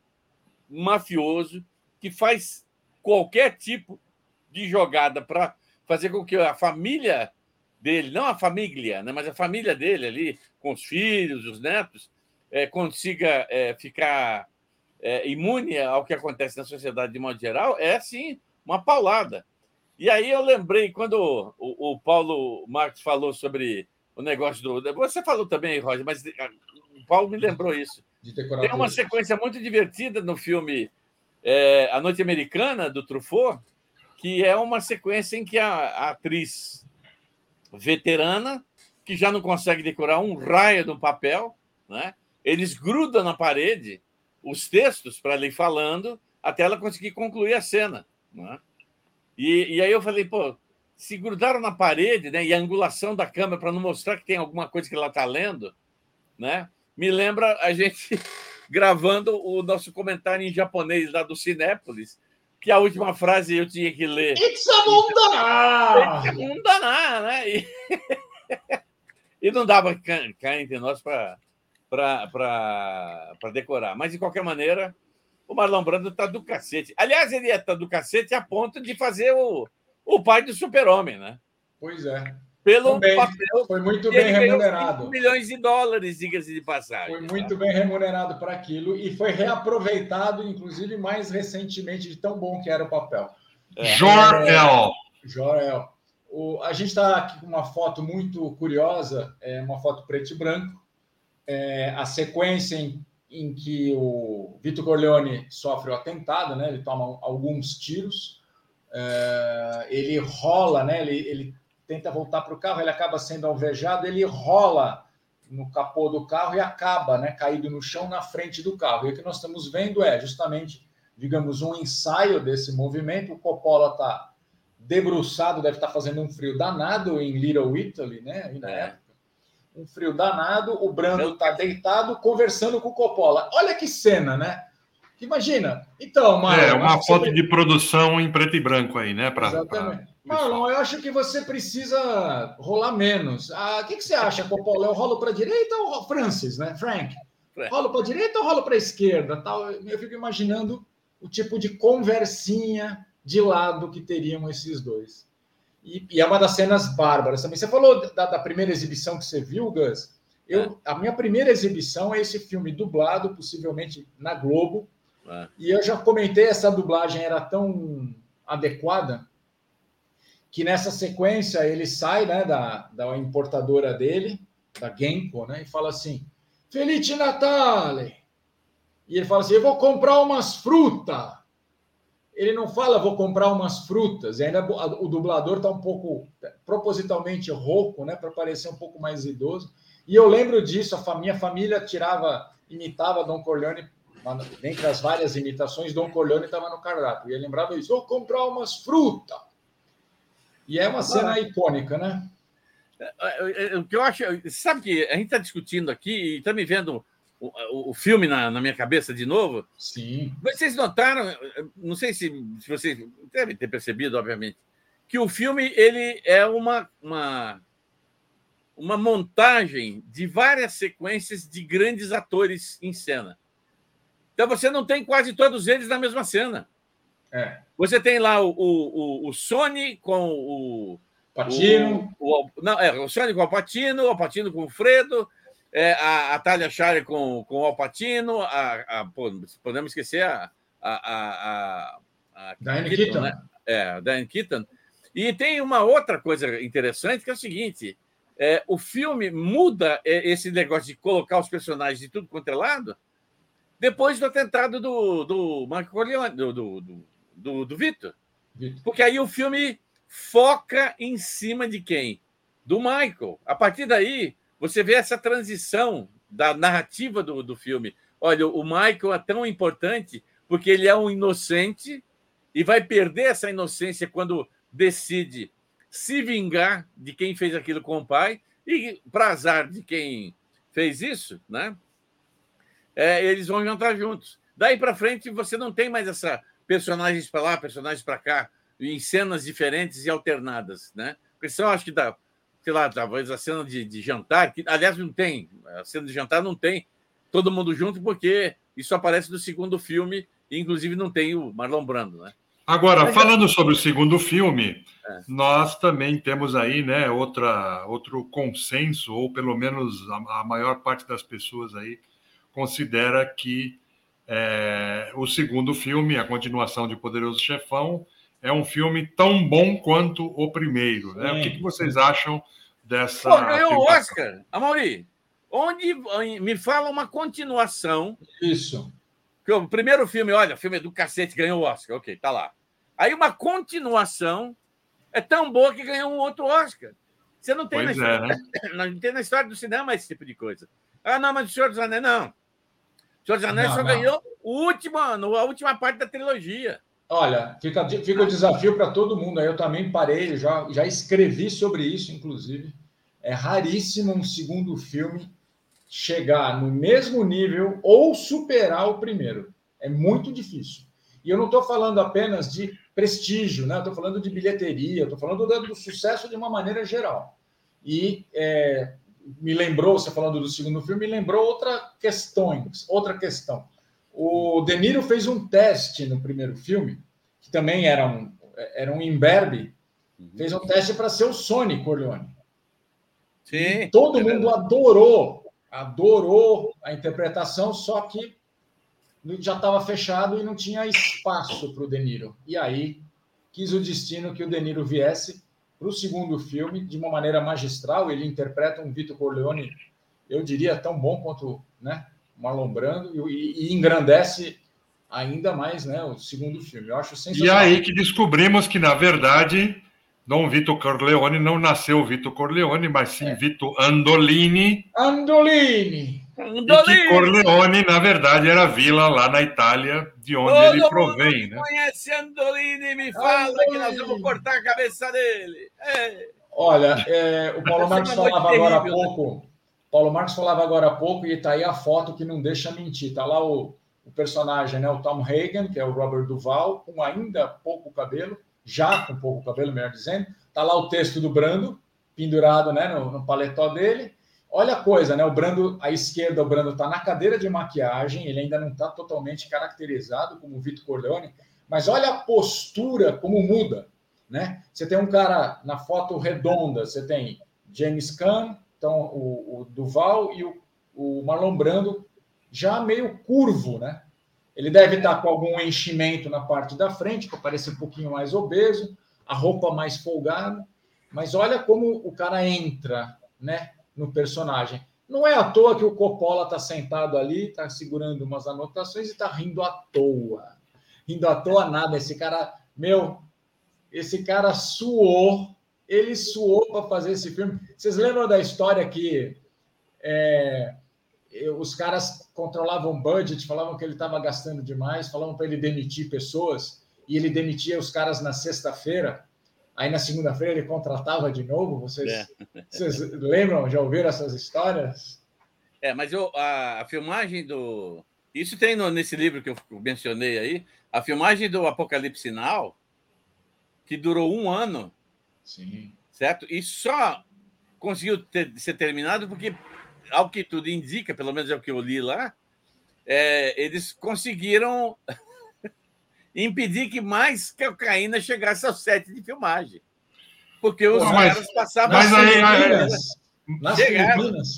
mafioso que faz qualquer tipo de jogada para fazer com que a família dele, não a família, né, mas a família dele ali, com os filhos, os netos, é, consiga é, ficar é, imune ao que acontece na sociedade de modo geral, é, sim, uma paulada. E aí eu lembrei, quando o, o Paulo Marcos falou sobre o negócio do... Você falou também, Roger, mas o Paulo me lembrou isso. Tem uma sequência muito divertida no filme é, A Noite Americana, do Truffaut, que é uma sequência em que a, a atriz veterana, que já não consegue decorar um raio do papel, né? Eles grudam na parede os textos para ela ir falando até ela conseguir concluir a cena. Né? E, e aí eu falei, pô, se grudaram na parede, né, e a angulação da câmera para não mostrar que tem alguma coisa que ela está lendo, né, me lembra a gente gravando o nosso comentário em japonês lá do Cinépolis, que a última frase eu tinha que ler. It's a Mundana! It's a Mundana, né? E, e não dava cá entre nós para decorar. Mas, de qualquer maneira, o Marlon Brando está do cacete. Aliás, ele está do cacete a ponto de fazer o, o pai do Super-Homem, né? Pois é. Pelo Também, papel. foi muito Ele bem ganhou remunerado. cinco milhões de dólares, diga-se de passagem. Foi muito bem remunerado para aquilo e foi reaproveitado, inclusive, mais recentemente, de tão bom que era o papel. É. Jor-El. Jor-El. O, a gente está aqui com uma foto muito curiosa, é uma foto preto e branco. É, a sequência em, em que o Vito Corleone sofre o atentado, né? Ele toma alguns tiros, é, ele rola, né? ele, ele tenta voltar para o carro, ele acaba sendo alvejado, ele rola no capô do carro e acaba, né, caído no chão na frente do carro. E o que nós estamos vendo é justamente, digamos, um ensaio desse movimento. O Coppola está debruçado, deve estar fazendo um frio danado em Little Italy, né? Aí na É. época. Um frio danado, o Brando está deitado conversando com o Coppola. Olha que cena, né? Imagina. Então, Marlon... É, uma foto você... de produção em preto e branco aí, né? Pra, Exatamente. Pra... Marlon, eu acho que você precisa rolar menos. Ah, o que, que você acha, Coppola? Eu rolo para a direita ou Francis, né? Frank? Rolo para a direita ou rolo para a esquerda? Tal. Eu fico imaginando o tipo de conversinha de lado que teriam esses dois. E, e é uma das cenas bárbaras também. Você falou da, da primeira exibição que você viu, Gus? Eu, é. A minha primeira exibição é esse filme dublado, possivelmente na Globo. É. E eu já comentei, essa dublagem era tão adequada que nessa sequência ele sai, né, da, da importadora dele, da Genko, né, e fala assim, Felice Natale! E ele fala assim, eu vou comprar umas frutas. Ele não fala, vou comprar umas frutas. E ainda o dublador está um pouco, propositalmente rouco, né, para parecer um pouco mais idoso. E eu lembro disso, a minha família tirava, imitava Don Corleone. Dentre as várias imitações, Don Corleone estava no cardápio. E ele lembrava isso, vou comprar umas frutas. E é uma cena ah, icônica, né? O que eu acho... Sabe que a gente está discutindo aqui e está me vendo o, o, o filme na, na minha cabeça de novo? Sim. Vocês notaram, não sei se, se vocês devem ter percebido, obviamente, que o filme ele é uma, uma, uma montagem de várias sequências de grandes atores em cena. Então, você não tem quase todos eles na mesma cena. É. Você tem lá o, o, o Sony com o... Patino. O, o, não, é, o Sony com o Alpatino, o Alpatino com o Fredo, é, a, a Talia Shire com, com o Alpatino, a, a, pô, podemos esquecer a... a, a, a, a Diane Keaton, Keaton, né? É, a Diane Keaton. E tem uma outra coisa interessante, que é o seguinte, é, o filme muda esse negócio de colocar os personagens de tudo quanto é lado, depois do atentado do, do Marco Corleone, do, do, do, do, do Vitor. Porque aí o filme foca em cima de quem? Do Michael. A partir daí, você vê essa transição da narrativa do, do filme. Olha, o Michael é tão importante porque ele é um inocente e vai perder essa inocência quando decide se vingar de quem fez aquilo com o pai e, para azar de quem fez isso, né? É, eles vão jantar juntos. Daí para frente, você não tem mais essa personagens para lá, personagens para cá, em cenas diferentes e alternadas, né? Porque são, acho que, da, sei lá, talvez a cena de, de jantar, que, aliás, não tem, a cena de jantar não tem todo mundo junto, porque isso aparece no segundo filme, e inclusive não tem o Marlon Brando, né? Agora, Mas, falando sobre o segundo filme, é. nós também temos aí, né, outra, outro consenso, ou pelo menos a, a maior parte das pessoas aí considera que é, o segundo filme, a continuação de Poderoso Chefão, é um filme tão bom quanto o primeiro, né? Sim. O que, que vocês acham dessa... Pô, ganhou o Oscar, Amaury. Onde me fala uma continuação... Isso. Que o primeiro filme, olha, o filme é do cacete, ganhou o Oscar, ok, tá lá. Aí uma continuação é tão boa que ganhou um outro Oscar. Você não tem, na história, é, né? Não tem na história do cinema esse tipo de coisa. Ah, não, mas o Senhor dos Anéis, não. O Senhor dos Anéis não, só não. ganhou o último, a última parte da trilogia. Olha, fica, fica o desafio para todo mundo. Eu também parei, já, já escrevi sobre isso, inclusive. É raríssimo um segundo filme chegar no mesmo nível ou superar o primeiro. É muito difícil. E eu não estou falando apenas de prestígio, né? Estou falando de bilheteria, estou falando do, do sucesso de uma maneira geral. E é, me lembrou, você falando do segundo filme, me lembrou outra questão, outra questão. O De Niro fez um teste no primeiro filme, que também era um, era um imberbe, Uhum. Fez um teste para ser o Sonny Corleone. Sim. E todo é mundo verdade. adorou, adorou a interpretação, só que já estava fechado e não tinha espaço para o De Niro. E aí quis o destino que o De Niro viesse para o segundo filme de uma maneira magistral. Ele interpreta um Vito Corleone, eu diria, tão bom quanto, né, Marlon Brando, e, e engrandece ainda mais, né, o segundo filme. Eu acho sensacional. E aí que descobrimos que, na verdade, Dom Vito Corleone não nasceu Vito Corleone, mas sim é. Vito Andolini. Andolini! E que Corleone, na verdade, era vila lá na Itália, de onde Todo ele provém. Mundo né? conhece Andolini, me fala Andolini. Que nós vamos cortar a cabeça dele. É. Olha, é, o Paulo Marcos falava agora há pouco. Paulo Marcos falava agora há pouco, e está aí a foto que não deixa mentir. Está lá o, o personagem, né, o Tom Hagen, que é o Robert Duvall, com ainda pouco cabelo, já com pouco cabelo, melhor dizendo. Está lá o texto do Brando, pendurado, né, no, no paletó dele. Olha a coisa, né? O Brando, à esquerda, o Brando está na cadeira de maquiagem, ele ainda não está totalmente caracterizado como o Vito Corleone, mas olha a postura, como muda, né? Você tem um cara na foto redonda, você tem James Caan, então o, o Duvall e o, o Marlon Brando já meio curvo, né? Ele deve estar com algum enchimento na parte da frente, para parecer um pouquinho mais obeso, a roupa mais folgada, mas olha como o cara entra, né, no personagem. Não é à toa que o Coppola está sentado ali, está segurando umas anotações e está rindo à toa. Rindo à toa nada. Esse cara, meu, esse cara suou, ele suou para fazer esse filme. Vocês lembram da história que é, os caras controlavam budget, falavam que ele estava gastando demais, falavam para ele demitir pessoas, e ele demitia os caras na sexta-feira. Aí, na segunda-feira, ele contratava de novo. Vocês, é. vocês lembram? Já ouviram essas histórias? É, mas eu, a, a filmagem do... Isso tem no, nesse livro que eu mencionei aí. A filmagem do Apocalipse Now, que durou um ano. Sim. Certo? E só conseguiu ter, ser terminado porque, ao que tudo indica, pelo menos é o que eu li lá, é, eles conseguiram... impedir que mais cocaína chegasse ao set de filmagem. Porque os mas, caras passavam... Mas aí, aí, nas Filipinas.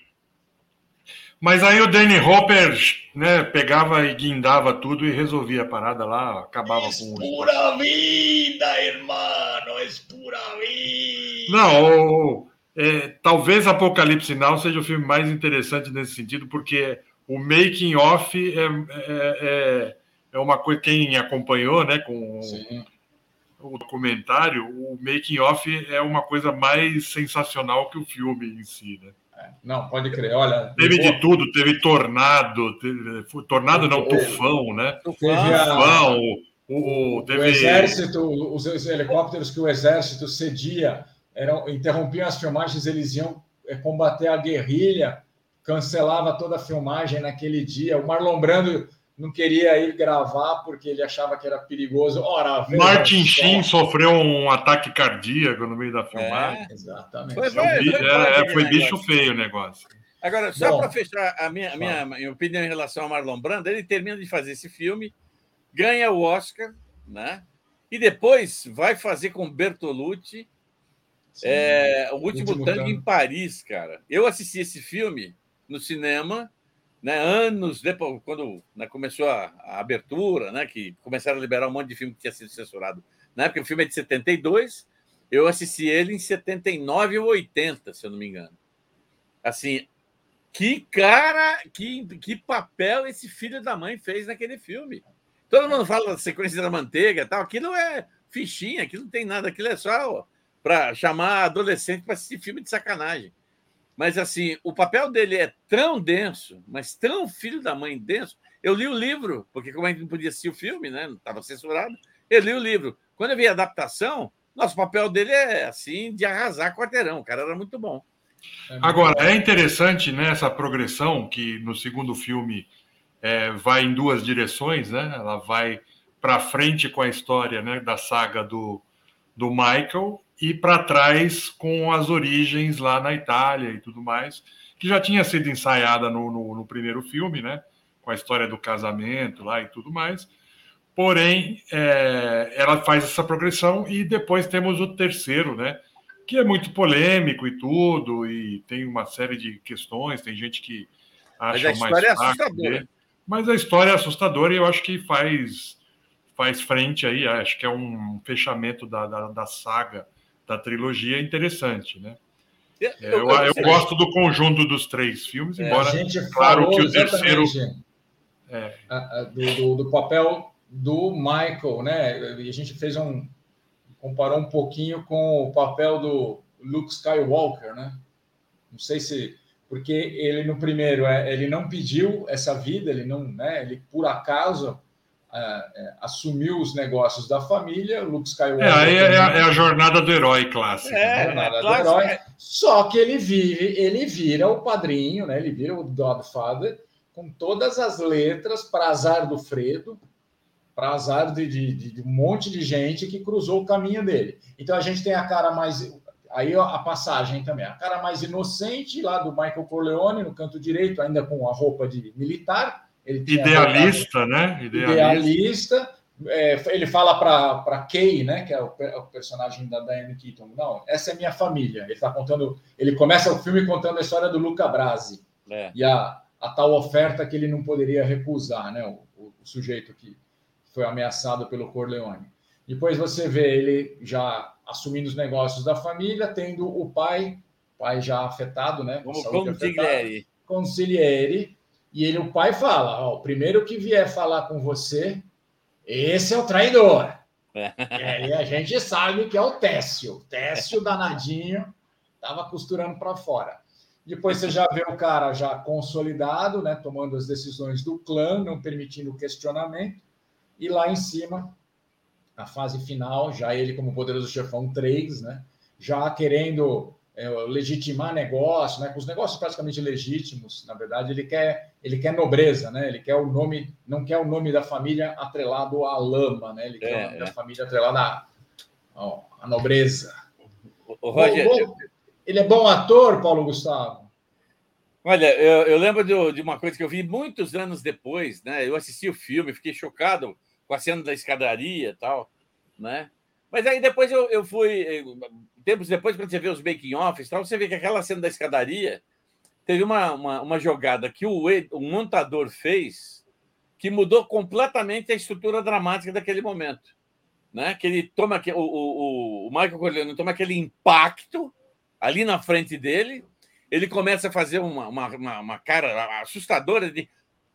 Mas aí o Danny Hopper, né, pegava e guindava tudo e resolvia a parada lá, acabava es com... pura vida, irmão, es pura vida. Não, é, talvez Apocalipse Now seja o filme mais interessante nesse sentido, porque o making off é... é, é É uma coisa, quem acompanhou, né, com Sim. o documentário, o making off é uma coisa mais sensacional que o filme em si, né? É, não, pode crer. Olha, teve de tudo, teve tornado, teve, tornado não, tufão, né? Teve a, tufão, o, o, teve... o exército, os, os helicópteros que o exército cedia, eram, interrompiam as filmagens, eles iam combater a guerrilha, cancelava toda a filmagem naquele dia. O Marlon Brando não queria ir gravar porque ele achava que era perigoso. Ora, Martin Sheen sofreu um ataque cardíaco no meio da filmagem. É, exatamente. Foi, foi, foi, foi, é, foi bicho feio o negócio. Agora, só para fechar a minha, a minha, minha opinião em relação ao Marlon Brando, ele termina de fazer esse filme, ganha o Oscar, né? E depois vai fazer com Bertolucci é, o Último, Último Tango em Paris, cara. Eu assisti esse filme no cinema, né, anos depois, quando, né, começou a, a abertura, né, que começaram a liberar um monte de filme que tinha sido censurado. Na época, o filme é de setenta e dois, eu assisti ele em setenta e nove ou oitenta, se eu não me engano. Assim, que cara, que, que papel esse filho da mãe fez naquele filme. Todo mundo fala da sequência da manteiga e tal, aquilo é fichinha, aquilo não tem nada, aquilo é só para chamar adolescente para assistir filme de sacanagem. Mas, assim, o papel dele é tão denso, mas tão filho da mãe denso. Eu li o livro, porque como a gente não podia assistir o filme, né? Não estava censurado, eu li o livro. Quando eu vi a adaptação, nosso papel dele é, assim, de arrasar quarteirão. O cara era muito bom. Agora, é interessante, né, essa progressão que no segundo filme é, vai em duas direções, né? Ela vai para frente com a história, né, da saga do, do Michael, e para trás com as origens lá na Itália e tudo mais, que já tinha sido ensaiada no, no, no primeiro filme, né? Com a história do casamento lá e tudo mais. porém, é, ela faz essa progressão e depois temos o terceiro, né? Que é muito polêmico e tudo, e tem uma série de questões, tem gente que acha Mas a mais história é fraco, assustadora. né? Mas a história é assustadora e eu acho que faz, faz frente aí, acho que é um fechamento da, da, da saga, da trilogia interessante, né? Eu, É, eu, eu, eu, eu gosto do conjunto dos três filmes, É, embora, A gente claro falou que o terceiro... exatamente É, a- a- do, do, do papel do Michael, né? E a gente fez um comparou um pouquinho com o papel do Luke Skywalker, né? Não sei se porque ele no primeiro é, ele não pediu essa vida, ele não, né? Ele por acaso é, é, assumiu os negócios da família. O Luke é, aí Skywalker é, também, a- é a jornada do herói clássica. É, né? jornada do clássico, herói. é. Só que ele vive, ele vira o padrinho, né? Ele vira o Godfather com todas as letras para azar do Fredo, para azar de, de, de um monte de gente que cruzou o caminho dele. Então a gente tem a cara mais. Aí a passagem também, a cara mais inocente lá do Michael Corleone, no canto direito, ainda com a roupa de militar. Ele tinha Idealista, né? voltado, idealista. É, ele fala para Kay, né, que é o, o personagem da Diane Keaton, não, essa é minha família. Ele está contando, ele começa o filme contando a história do Luca Brasi É. e a, a tal oferta que ele não poderia recusar, né, o, o, o sujeito que foi ameaçado pelo Corleone. Depois você vê ele já assumindo os negócios da família, tendo o pai, pai já afetado, né, com Como saúde afetada, consigliere. consigliere, e ele, o pai fala, ó, o primeiro que vier falar com você, esse é o traidor. E aí a gente sabe que é o Técio. O Técio danadinho, estava costurando para fora. Depois você já vê o cara já consolidado, né, tomando as decisões do clã, não permitindo questionamento. E lá em cima, a fase final, já ele como poderoso chefão três, né, já querendo é, legitimar negócio, né, com os negócios praticamente legítimos. Na verdade, ele quer, ele quer nobreza, né, ele quer o nome, não quer o nome da família atrelado à lama, né, ele quer É, o nome é. da família atrelado à, ó, à nobreza. O, o Roger, Bom, bom, ele é bom ator, Paulo Gustavo? olha, eu, eu lembro de, de uma coisa que eu vi muitos anos depois, né? Eu assisti o filme, fiquei chocado com a cena da escadaria e tal, né? Mas aí depois eu, eu fui, tempos depois, quando você vê os making-offs e tal, você vê que aquela cena da escadaria teve uma, uma, uma jogada que o, o montador fez que mudou completamente a estrutura dramática daquele momento, né? Que ele toma o, o, o Michael Corleone toma aquele impacto ali na frente dele, ele começa a fazer uma, uma, uma cara assustadora de.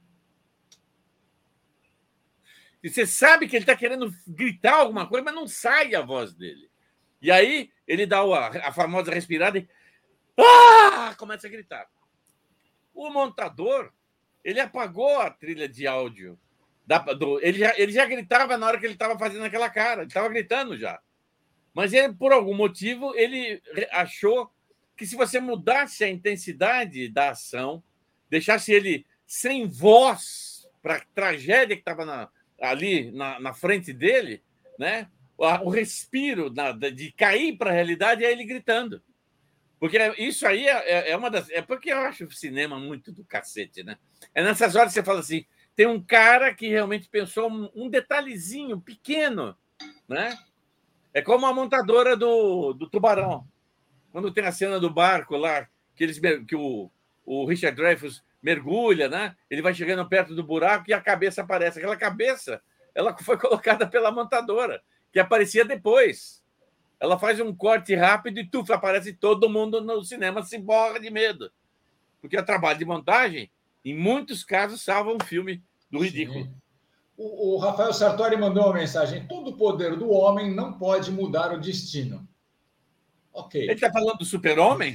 E você sabe que ele está querendo gritar alguma coisa, mas não sai a voz dele. E aí ele dá a, a famosa respirada e ah! Começa a gritar. O montador, ele apagou a trilha de áudio. Da, do, ele, já, ele já gritava na hora que ele estava fazendo aquela cara. Ele estava gritando já. Mas ele, por algum motivo, ele achou que se você mudasse a intensidade da ação, deixasse ele sem voz para a tragédia que estava na, ali na, na frente dele, né? O respiro na, de cair para a realidade é ele gritando. Porque isso aí é, é uma das... É porque eu acho o cinema muito do cacete, né? É nessas horas que você fala assim, tem um cara que realmente pensou um, um detalhezinho pequeno, né? É como a montadora do, do Tubarão. Quando tem a cena do barco lá, que, eles, que o, o Richard Dreyfuss mergulha, né? Ele vai chegando perto do buraco e a cabeça aparece. Aquela cabeça, ela foi colocada pela montadora, que aparecia depois. Ela faz um corte rápido e tuf, aparece todo mundo no cinema, se borra de medo. Porque o trabalho de montagem, em muitos casos, salva um filme do ridículo. O, o Rafael Sartori mandou uma mensagem: todo poder do homem não pode mudar o destino. Ok. Ele está falando do Super-Homem?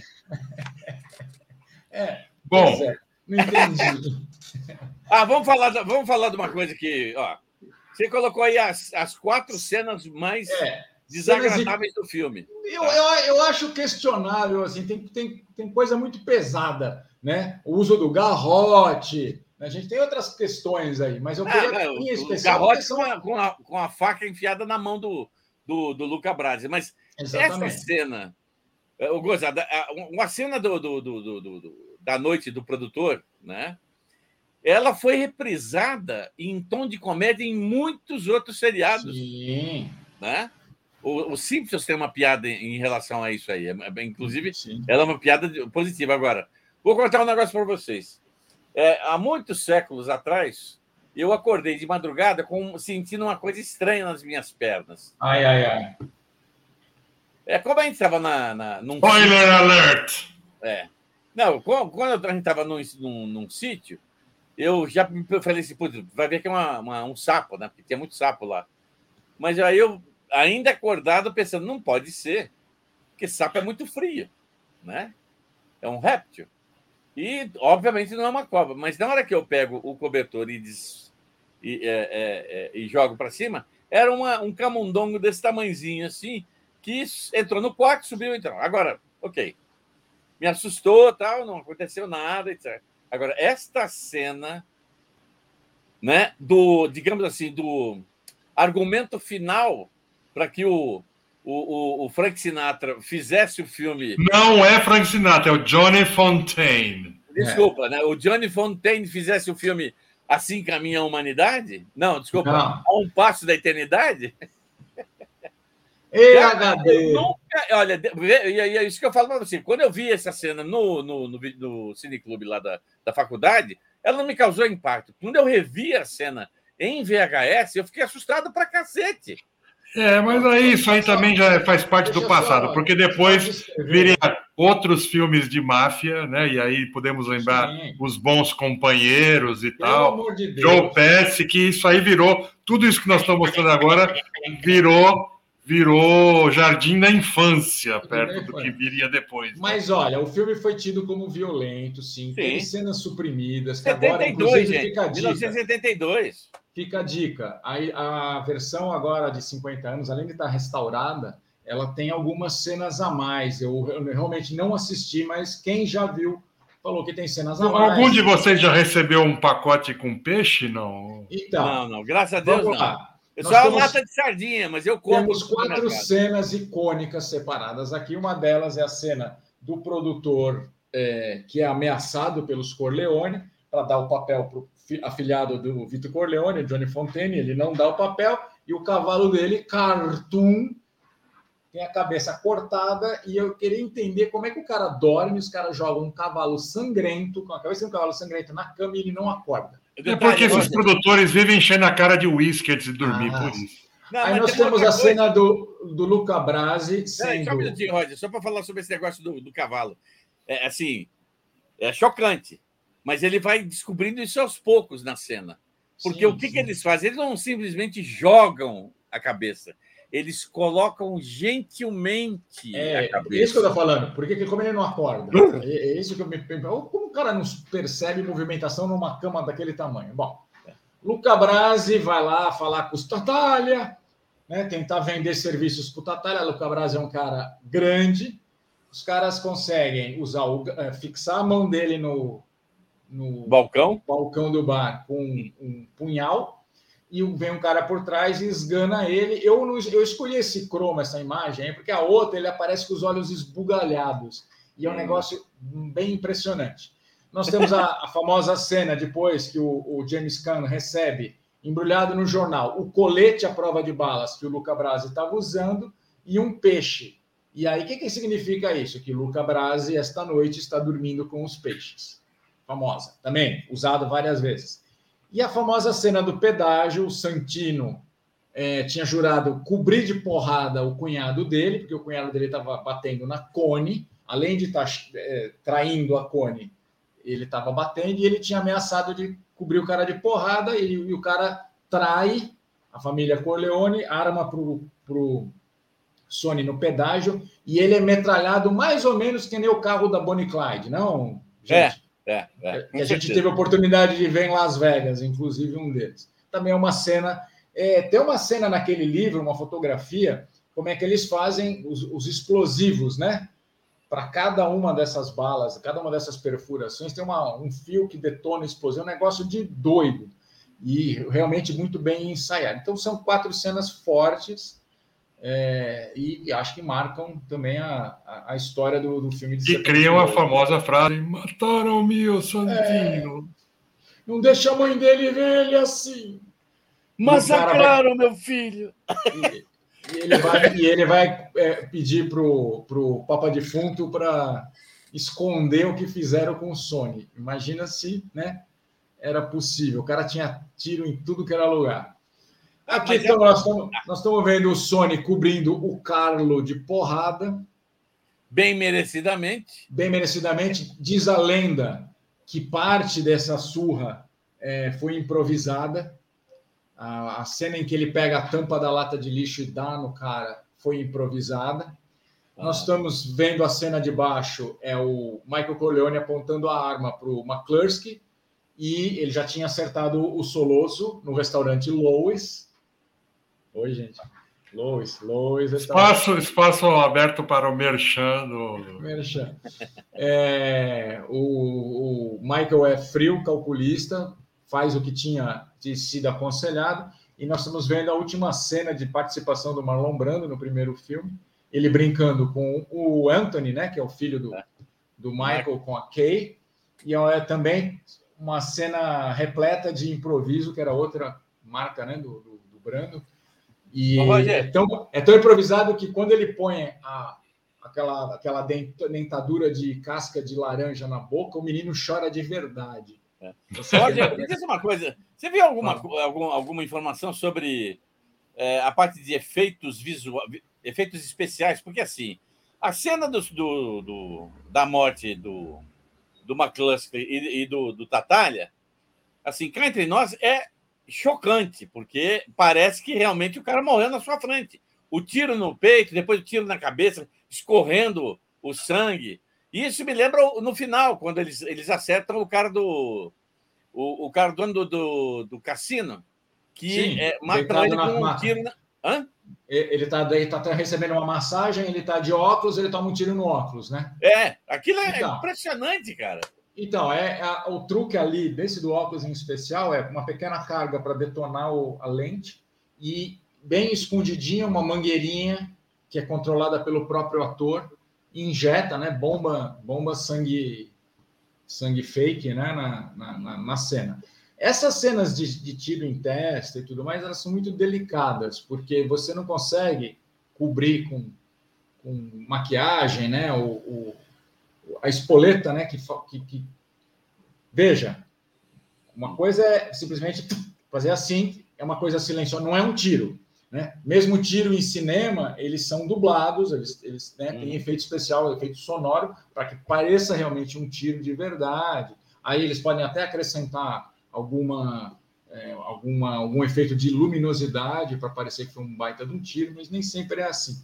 É. Bom, é, não entendi. ah, vamos falar, vamos falar de uma coisa que, ó, você colocou aí as, as quatro cenas mais é, desagradáveis cenas... do filme. Eu, tá? eu, eu acho questionável, assim, tem, tem, tem coisa muito pesada, né? O uso do garrote. A gente tem outras questões aí, mas eu queria... Ah, não, o especial, garrote são... com, a, com, a, com a faca enfiada na mão do, do, do Luca Brasi. Mas exatamente. Essa cena... Eu gozado, uma cena do, do, do, do, do, da noite do produtor, né? ela foi reprisada em tom de comédia em muitos outros seriados. Sim. Né? O, o Simpsons tem uma piada em, em relação a isso aí. Inclusive, Sim. ela é uma piada positiva. Agora, vou contar um negócio para vocês. É, há muitos séculos atrás, eu acordei de madrugada com, sentindo uma coisa estranha nas minhas pernas. Ai, ai, ai. É, como a gente estava na, na, num Spoiler sítio, alert! É. Não, quando a gente estava num, num, num sítio, eu já falei assim, putz, vai ver que é uma, uma, um sapo, né? Porque tinha muito sapo lá. Mas aí eu, ainda acordado, pensando, não pode ser, porque sapo é muito frio, né? É um réptil. E, obviamente, não é uma cobra. Mas na hora que eu pego o cobertor e, des, e, é, é, é, e jogo para cima, era uma, um camundongo desse tamanhozinho assim, que entrou no quarto, subiu e entrou. Agora, ok. Me assustou, tal, não aconteceu nada, etcétera. Agora, esta cena, né, do, digamos assim, do argumento final para que o, o, o Frank Sinatra fizesse o filme... Não é Frank Sinatra, é o Johnny Fontaine. Desculpa, é. né? O Johnny Fontaine fizesse o filme Assim Caminha a Humanidade? Não, desculpa. Não. A Um Passo da Eternidade? E H D. Eu nunca, olha, e é isso que eu falo para você. Quando eu vi essa cena no, no, no, no cineclube lá da, da faculdade, ela não me causou impacto. Quando eu revi a cena em V H S, eu fiquei assustado pra cacete. É, mas aí isso aí também já faz parte do passado, porque depois viria outros filmes de máfia, né? E aí podemos lembrar Sim. Os Bons Companheiros e Pelo tal. amor de Deus. Joe Pesci, que isso aí virou, tudo isso que nós estamos mostrando agora virou, virou Jardim da Infância, perto do que viria depois. Né? Mas olha, o filme foi tido como violento, sim. sim. Teve cenas suprimidas, que setenta e dois, agora, inclusive, gente. fica a dica. mil novecentos e setenta e dois. Fica a dica. A, a versão agora de cinquenta anos, além de estar restaurada, ela tem algumas cenas a mais. Eu, eu realmente não assisti, mas quem já viu falou que tem cenas a mais. Algum de vocês já recebeu um pacote com peixe? Não. Então, não, não. Graças a Deus, vamos não. lá. Eu só temos, lata de sardinha, mas eu como. Temos quatro cenas icônicas separadas aqui. Uma delas é a cena do produtor é, que é ameaçado pelos Corleone para dar o papel para o afilhado do Vito Corleone, Johnny Fontaine. Ele não dá o papel e o cavalo dele, Cartoon, tem a cabeça cortada. E eu queria entender como é que o cara dorme. Os caras jogam um cavalo sangrento, com a cabeça de um cavalo sangrento na cama e ele não acorda. É porque esses produtores vivem enchendo a cara de uísque antes de dormir, ah, por isso. Não, Aí nós temos a cena do, do Luca Brasi sendo... Peraí, só um minutinho, Roger, só para falar sobre esse negócio do, do cavalo. É, assim, é chocante, mas ele vai descobrindo isso aos poucos na cena. Porque sim, o que, que eles fazem? Eles não simplesmente jogam a cabeça, eles colocam gentilmente é, a cabeça. É isso que eu estou falando, porque como ele não acorda? É, é isso que eu me pergunto. Como o cara não percebe movimentação numa cama daquele tamanho? Bom, Luca Brasi vai lá falar com os Tatália, né, tentar vender serviços para o Tatália. Luca Brasi é um cara grande, os caras conseguem usar o, é, fixar a mão dele no, no balcão? balcão do bar com um, um punhal, e vem um cara por trás e esgana ele. Eu, não, eu escolhi esse croma, essa imagem, porque a outra ele aparece com os olhos esbugalhados, e é um hum. negócio bem impressionante. Nós temos a, a famosa cena depois que o, o James Caan recebe, embrulhado no jornal, o colete à prova de balas que o Luca Brasi estava usando e um peixe. E aí, o que, que significa isso? Que Luca Brasi, esta noite, está dormindo com os peixes. Famosa. Também, usado várias vezes. E a famosa cena do pedágio, o Santino é, tinha jurado cobrir de porrada o cunhado dele, porque o cunhado dele estava batendo na Connie, além de estar é, traindo a Connie, ele estava batendo e ele tinha ameaçado de cobrir o cara de porrada e, e o cara trai a família Corleone, arma para o Sonny no pedágio e ele é metralhado mais ou menos que nem o carro da Bonnie Clyde, não, gente? É, é, é. Que a gente teve a oportunidade de ver em Las Vegas, inclusive um deles. Também é uma cena... É, tem uma cena naquele livro, uma fotografia, como é que eles fazem os, os explosivos, né? Para cada uma dessas balas, cada uma dessas perfurações, tem uma, um fio que detona explosão, um negócio de doido. E realmente muito bem ensaiado. Então, são quatro cenas fortes é, e acho que marcam também a, a, a história do, do filme de E criam a famosa frase, mataram-me, o Santino. É... Não deixa a mãe dele ver ele assim. Massacraram vai... meu filho. E, e ele vai, e ele vai é, pedir pro, pro Papa Defunto para esconder o que fizeram com o Sony. Imagina se, né, era possível. O cara tinha tiro em tudo que era lugar. Aqui então, é... nós, estamos, nós estamos vendo o Sony cobrindo o Carlo de porrada. Bem merecidamente. Bem merecidamente. Diz a lenda que parte dessa surra é, foi improvisada. A, a cena em que ele pega a tampa da lata de lixo e dá no cara foi improvisada. Ah. Nós estamos vendo a cena de baixo, é o Michael Corleone apontando a arma para o McCluskey, e ele já tinha acertado o Soloso no restaurante Lois. Oi, gente. Lois, Lois. Espaço, espaço aberto para o merchan. Do... Merchan. É, o, o Michael é frio, calculista, faz o que tinha sido aconselhado, e nós estamos vendo a última cena de participação do Marlon Brando no primeiro filme, ele brincando com o Anthony, né, que é o filho do, do Michael, com a Kay, e é também uma cena repleta de improviso, que era outra marca, né, do, do, do Brando, e Ô, é, tão, é tão improvisado que quando ele põe a, aquela, aquela dentadura de casca de laranja na boca, o menino chora de verdade. Roger, me diz uma coisa. Você viu alguma, alguma, alguma informação sobre é, a parte de efeitos visuais, efeitos especiais? Porque, assim, a cena do, do, do, da morte do, do McCluskey e, e do, do Tatalha, assim, cá entre nós, é chocante, porque parece que realmente o cara morreu na sua frente. O tiro no peito, depois o tiro na cabeça, escorrendo o sangue. E isso me lembra no final, quando eles, eles acertam o cara do. O, o cara dono do, do, do cassino, que Sim, é, mata ele com um tiro. Na... Hã? Ele está tá recebendo uma massagem, ele está de óculos, ele toma um tiro no óculos, né? É, aquilo é então, impressionante, cara. Então, é, é, o truque ali, desse do óculos em especial, é uma pequena carga para detonar o, a lente e, bem escondidinha, uma mangueirinha que é controlada pelo próprio ator. Injeta, né, bomba, bomba sangue, sangue fake, né, na, na, na cena. Essas cenas de, de tiro em testa e tudo mais, elas são muito delicadas, porque você não consegue cobrir com, com maquiagem, né, o, o, a espoleta, né, que, que, que... Veja, uma coisa é simplesmente fazer assim, é uma coisa silenciosa, não é um tiro. Né? Mesmo tiro em cinema, eles são dublados, eles, eles né, têm efeito especial, efeito sonoro, para que pareça realmente um tiro de verdade. Aí eles podem até acrescentar alguma, é, alguma, algum efeito de luminosidade para parecer que foi um baita de um tiro, mas nem sempre é assim.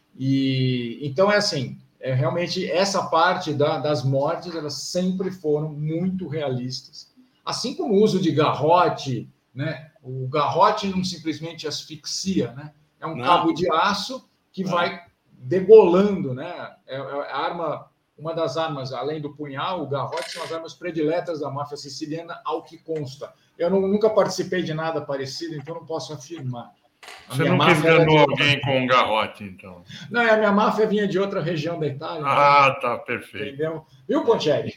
E, então é assim, é, realmente essa parte da, das mortes, elas sempre foram muito realistas. Assim como o uso de garrote, né? O garrote não simplesmente asfixia, né? É um não. cabo de aço que não. vai degolando, né? É, é a arma, uma das armas, além do punhal, o garrote são as armas prediletas da máfia siciliana, ao que consta. Eu não, nunca participei de nada parecido, então não posso afirmar. A Você nunca enganou alguém com um garrote, então? Não, a minha máfia vinha de outra região da Itália. Ah, né? Tá, perfeito. Entendeu? Viu, Pontieri?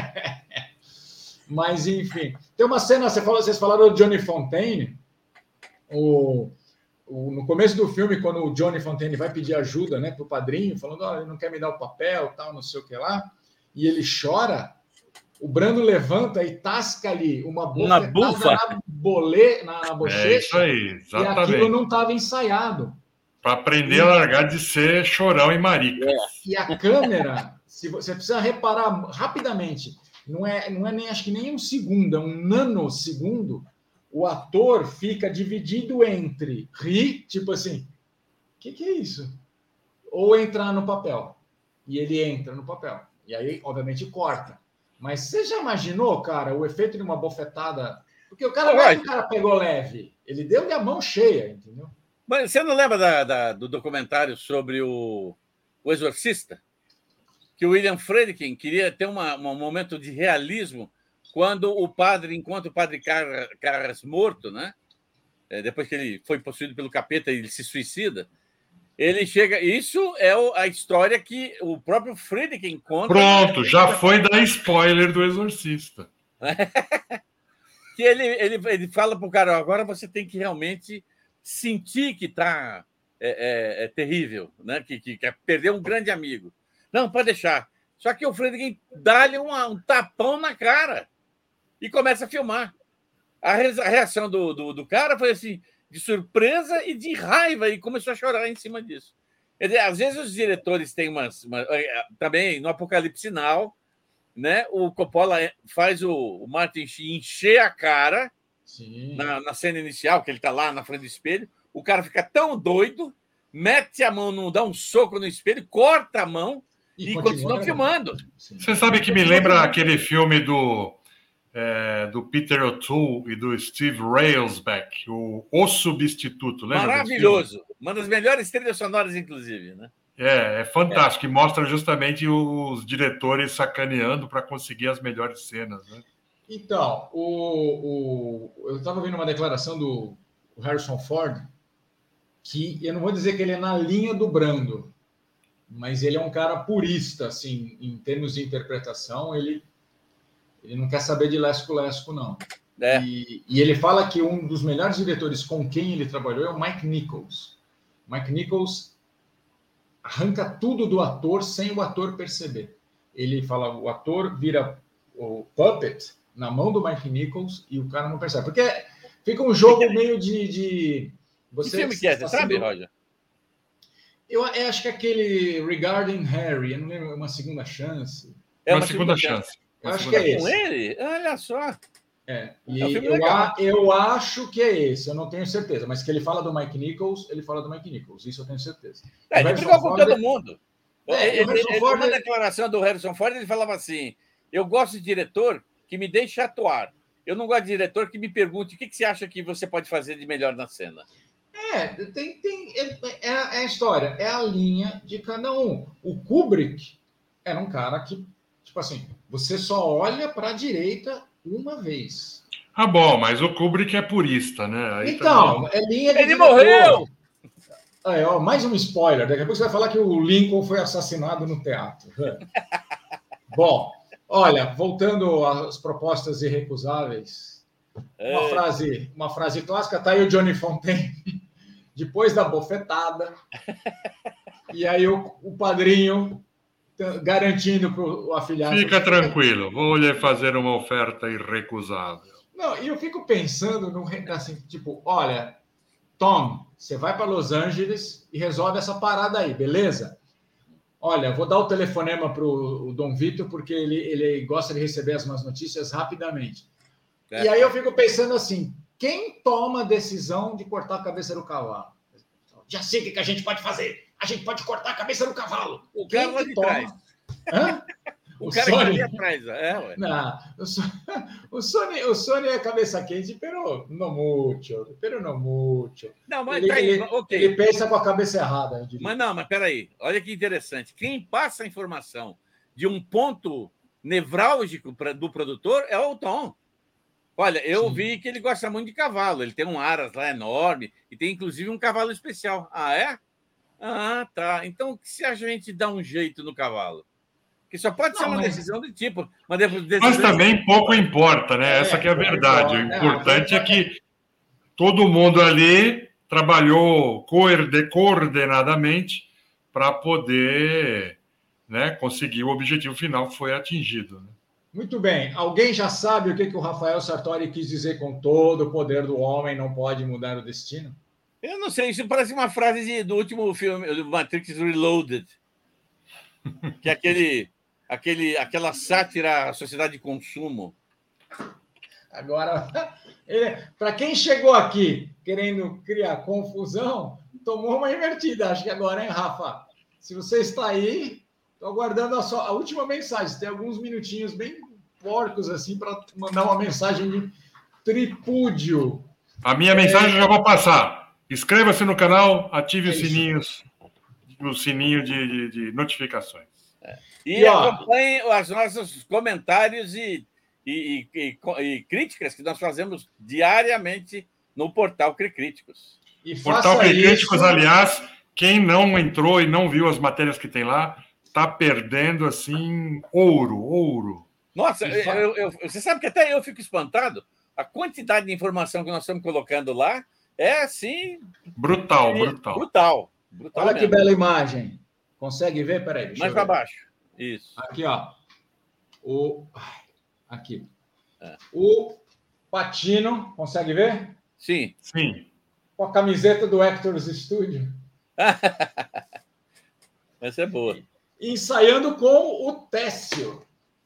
Mas, enfim. Tem uma cena, você falou, vocês falaram do Johnny Fontaine. O, o, no começo do filme, quando o Johnny Fontaine vai pedir ajuda, né, para o padrinho, falando, oh, ele não quer me dar o papel, tal, não sei o que lá, e ele chora, o Brando levanta e tasca ali uma bofetada na, bole, na, na bochecha. É isso aí, exatamente. E aquilo não estava ensaiado. Para aprender e... a largar de ser chorão e marica. É. E a câmera, se você precisa reparar rapidamente, não é, não é nem, acho que nem um segundo, é um nanosegundo, o ator fica dividido entre rir, tipo assim, o que, que é isso? Ou entrar no papel. E ele entra no papel. E aí, obviamente, corta. Mas você já imaginou, cara, o efeito de uma bofetada? Porque o cara, não é que o cara pegou leve, ele deu-lhe a mão cheia, entendeu? Mas você não lembra da, da, do documentário sobre o, o Exorcista? Que o William Friedkin queria ter uma, um momento de realismo quando o padre, enquanto o padre Carras morto, né? Depois que ele foi possuído pelo capeta e ele se suicida, ele chega... Isso é a história que o próprio Friedkin conta. Pronto, já foi dar spoiler do Exorcista. que ele, ele, ele fala para o cara, agora você tem que realmente sentir que está é, é, é terrível, né? que, que, que perdeu um grande amigo. Não, pode deixar. Só que o Friedkin dá-lhe um, um tapão na cara e começa a filmar. A reação do, do, do cara foi assim, de surpresa e de raiva, e começou a chorar em cima disso. Quer dizer, às vezes os diretores têm umas... Uma, também, no Apocalipse Now, né, o Coppola faz o, o Martin Sheen encher a cara na, na cena inicial, que ele está lá na frente do espelho, o cara fica tão doido, mete a mão, no, dá um soco no espelho, corta a mão e, e continua filmando. Você sabe que me lembra aquele filme do... É, do Peter O'Toole e do Steve Railsback, o O Substituto, lembra? Maravilhoso, uma das melhores trilhas sonoras, inclusive, né? É, é fantástico, é. E mostra justamente os diretores sacaneando para conseguir as melhores cenas, né? Então, o, o, eu estava vendo uma declaração do Harrison Ford, que eu não vou dizer que ele é na linha do Brando, mas ele é um cara purista, assim, em termos de interpretação, ele Ele não quer saber de lesco-lesco, não. É. E, e ele fala que um dos melhores diretores com quem ele trabalhou é o Mike Nichols. Mike Nichols arranca tudo do ator sem o ator perceber. Ele fala, o ator vira o puppet na mão do Mike Nichols e o cara não percebe. Porque fica um jogo meio de... de você, que filme que é? Você sabe, sendo... Roger? Eu, eu acho que é aquele Regarding Harry, eu não lembro, Uma Segunda Chance. É uma, uma segunda, segunda chance. chance. Eu acho que é esse. Com ele? Olha só. É, e é um eu, a, eu acho que é esse, eu não tenho certeza, mas que ele fala do Mike Nichols, ele fala do Mike Nichols, isso eu tenho certeza. É, ele brigou com todo mundo. É, ele, ele, Ford... Uma declaração do Harrison Ford, ele falava assim, eu gosto de diretor que me deixe atuar. Eu não gosto de diretor que me pergunte o que, que você acha que você pode fazer de melhor na cena. É, tem, tem, é, é, é a história, é a linha de cada um. O Kubrick era um cara que, tipo assim, você só olha para a direita uma vez. Ah, bom, mas o Kubrick é purista, né? Aí então, também... é linha de Ele diretor. morreu! É, ó, mais um spoiler. Daqui a pouco você vai falar que o Lincoln foi assassinado no teatro. Bom, olha, voltando às propostas irrecusáveis, é. uma, frase, uma frase clássica, tá aí o Johnny Fontaine, depois da bofetada, e aí o, o padrinho garantindo para o afilhado... Fica tranquilo, vou lhe fazer uma oferta irrecusável. Não, e eu fico pensando, no, assim, tipo, olha, Tom, você vai para Los Angeles e resolve essa parada aí, beleza? Olha, vou dar o telefonema para o Dom Vitor, porque ele, ele gosta de receber as más notícias rapidamente. É. E aí eu fico pensando assim, quem toma a decisão de cortar a cabeça do cavalo? Já sei o que a gente pode fazer. A gente pode cortar a cabeça do cavalo. O cara lá de trás. Hã? O, o cara que ali atrás. É, ué. Não, o, Sony, o, Sony, o Sony é cabeça quente, pero não muito, pero não muito. Não, mas ele, tá aí, ele, okay. ele pensa com a cabeça errada. Mas não, mas peraí. Olha que interessante. Quem passa a informação de um ponto nevrálgico pra, do produtor é o Tom. Olha, eu Sim. vi que ele gosta muito de cavalo. Ele tem um aras lá enorme e tem, inclusive, um cavalo especial. Ah, é? Ah, tá. Então, se a gente dá um jeito no cavalo? Que só pode não, ser uma mas... decisão do tipo. Mas, decisão... mas também pouco importa, né? É, Essa que é a verdade. Importa. O importante é, é que todo mundo ali trabalhou coordenadamente para poder, né, conseguir o objetivo final que foi atingido. Né? Muito bem. Alguém já sabe o que, que o Rafael Sartori quis dizer com todo o poder do homem não pode mudar o destino? Eu não sei, isso parece uma frase de, do último filme, do Matrix Reloaded, que é aquele, aquele, aquela sátira à sociedade de consumo. Agora, para quem chegou aqui querendo criar confusão, tomou uma invertida. Acho que agora, hein, Rafa? Se você está aí, estou aguardando a, sua, a última mensagem. Tem alguns minutinhos bem porcos assim para mandar uma mensagem de tripúdio. A minha é... mensagem eu já vou passar. Inscreva-se no canal, ative é os sininhos, o sininho de, de, de notificações. É. E, e acompanhe os nossos comentários e, e, e, e, e críticas que nós fazemos diariamente no Portal Cricríticos. E Portal Cricríticos, isso... aliás, quem não entrou e não viu as matérias que tem lá, está perdendo, assim, ouro, ouro. Nossa, eu, eu, você sabe que até eu fico espantado. A quantidade de informação que nós estamos colocando lá é, assim... Brutal, é, brutal. Brutal. brutal Olha mesmo. que bela imagem. Consegue ver? Peraí. deixa Mais eu para ver. baixo. Isso. Aqui, ó. O... Aqui. É. O Patino, consegue ver? Sim. Sim. Com a camiseta do Hector's Studio. Essa é boa. Ensaiando com o Técio.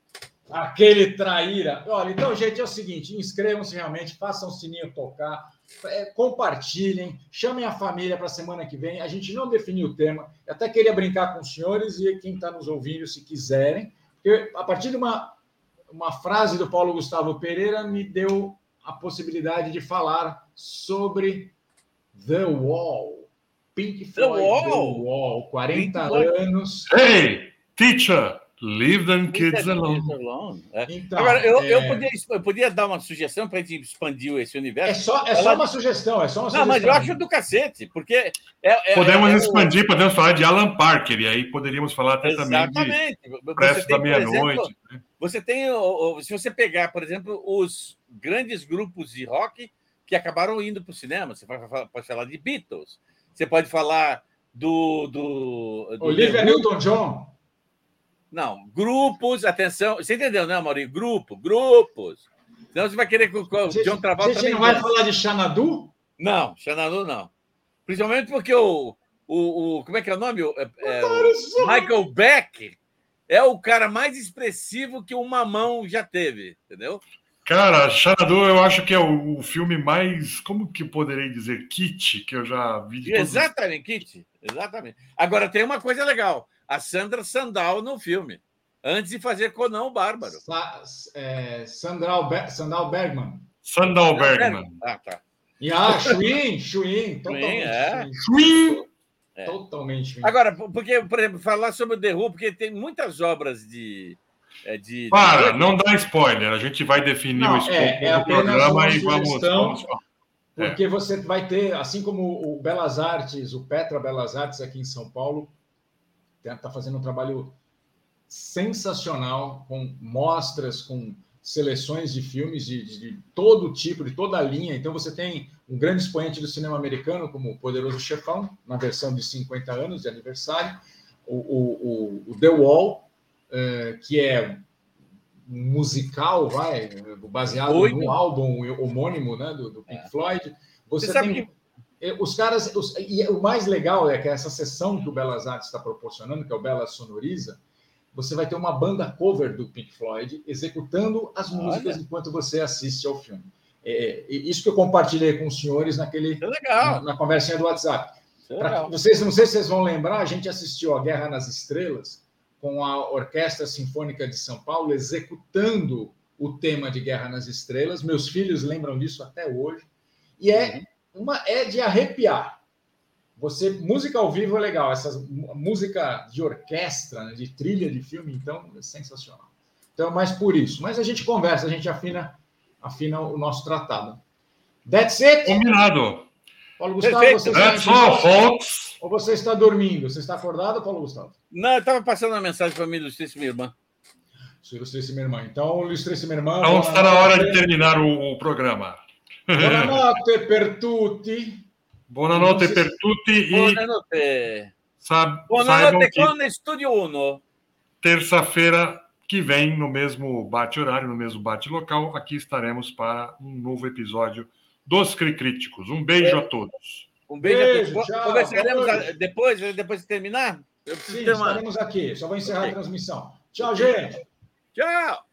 Aquele traíra. Olha, então, gente, é o seguinte: inscrevam-se realmente, façam o sininho tocar, é, compartilhem, chamem a família para a semana que vem. A gente não definiu o tema. Eu até queria brincar com os senhores e quem está nos ouvindo, se quiserem, porque a partir de uma, uma frase do Paulo Gustavo Pereira me deu a possibilidade de falar sobre The Wall. Pink Floyd, Wall. The Wall, quarenta Pink Floyd. anos. Hey, teacher, leave them kids alone. É. Então, Agora, eu, é... eu, podia, eu podia dar uma sugestão para a gente expandir esse universo. É só, é só uma sugestão, é só uma Não, sugestão. mas eu acho do cacete, porque... É, é, Podemos é, é expandir, o... podemos falar de Alan Parker, e aí poderíamos falar até Exatamente. também de Você Preço tem, da por exemplo, Meia-Noite. Você tem, se você pegar, por exemplo, os grandes grupos de rock que acabaram indo para o cinema, você pode falar de Beatles, você pode falar do... do, do Olivia Newton-John. Não, grupos, atenção, você entendeu, né, Maurício? Grupo, grupos. Senão você vai querer que o John Travolta... A gente não vai falar de Xanadu? Não, Xanadu não. Principalmente porque o... o, o como é que é o nome? O, é, é, o Michael Beck é o cara mais expressivo que o Mamão já teve, entendeu? Cara, Xanadu eu acho que é o, o filme mais, como que eu poderei dizer, kit, que eu já vi de todos. Exatamente, Kit. Exatamente. Agora, tem uma coisa legal. A Sandra Sandal no filme. Antes de fazer Conan o Bárbaro. Sa é, Sandal, Be Sandal Bergman. Sandal Bergman. Ah, tá. E a Chuin, Chuin, totalmente é. Chuin. É. Totalmente Chuin. Agora, porque, por exemplo, falar sobre o The Who, porque tem muitas obras de... de Para, de... não dá spoiler. A gente vai definir não, o escopo é, é do programa e vamos... sugestão, vamos... Porque é. você vai ter, assim como o Belas Artes, o Petra Belas Artes aqui em São Paulo, está fazendo um trabalho sensacional, com mostras, com seleções de filmes de, de, de todo tipo, de toda a linha. Então, você tem um grande expoente do cinema americano, como o Poderoso Chefão, na versão de cinquenta anos de aniversário, o, o, o, o The Wall, uh, que é musical, vai, baseado Oi, no álbum homônimo, né, do, do Pink é. Floyd. Você, você tem... que... Os caras, os, e o mais legal é que essa sessão que o Belas Artes está proporcionando, que é o Bela Sonoriza, você vai ter uma banda cover do Pink Floyd executando as músicas Olha. enquanto você assiste ao filme. É, isso que eu compartilhei com os senhores naquele, na, na conversinha do WhatsApp. Pra, vocês, não sei se vocês vão lembrar, a gente assistiu a Guerra nas Estrelas com a Orquestra Sinfônica de São Paulo executando o tema de Guerra nas Estrelas. Meus filhos lembram disso até hoje. E é... Uma é de arrepiar. Você, música ao vivo é legal. Essa música de orquestra, né, de trilha de filme, então, é sensacional. Então, é mais por isso. Mas a gente conversa, a gente afina, afina o nosso tratado. That's it? Combinado. Paulo Gustavo, você That's all, folks. Ou você está dormindo? Você está acordado, Paulo Gustavo? Não, eu estava passando uma mensagem para minha ilustríssima irmã. Sua ilustríssima irmã. Então, ilustríssima irmã... Então, está na hora de terminar o, o programa. Buonanotte per tutti. Buonanotte per tutti. Buonanotte. Sabe, Buonanotte con Studio Uno. Terça-feira que vem, no mesmo bate-horário, no mesmo bate-local, aqui estaremos para um novo episódio dos Cricríticos. Um beijo é. a todos. Um beijo, beijo a todos. Tchau, Conversaremos a, depois, depois de terminar? Eu Sim, estaremos uma... aqui. Só vou encerrar okay. a transmissão. Tchau, gente. Tchau.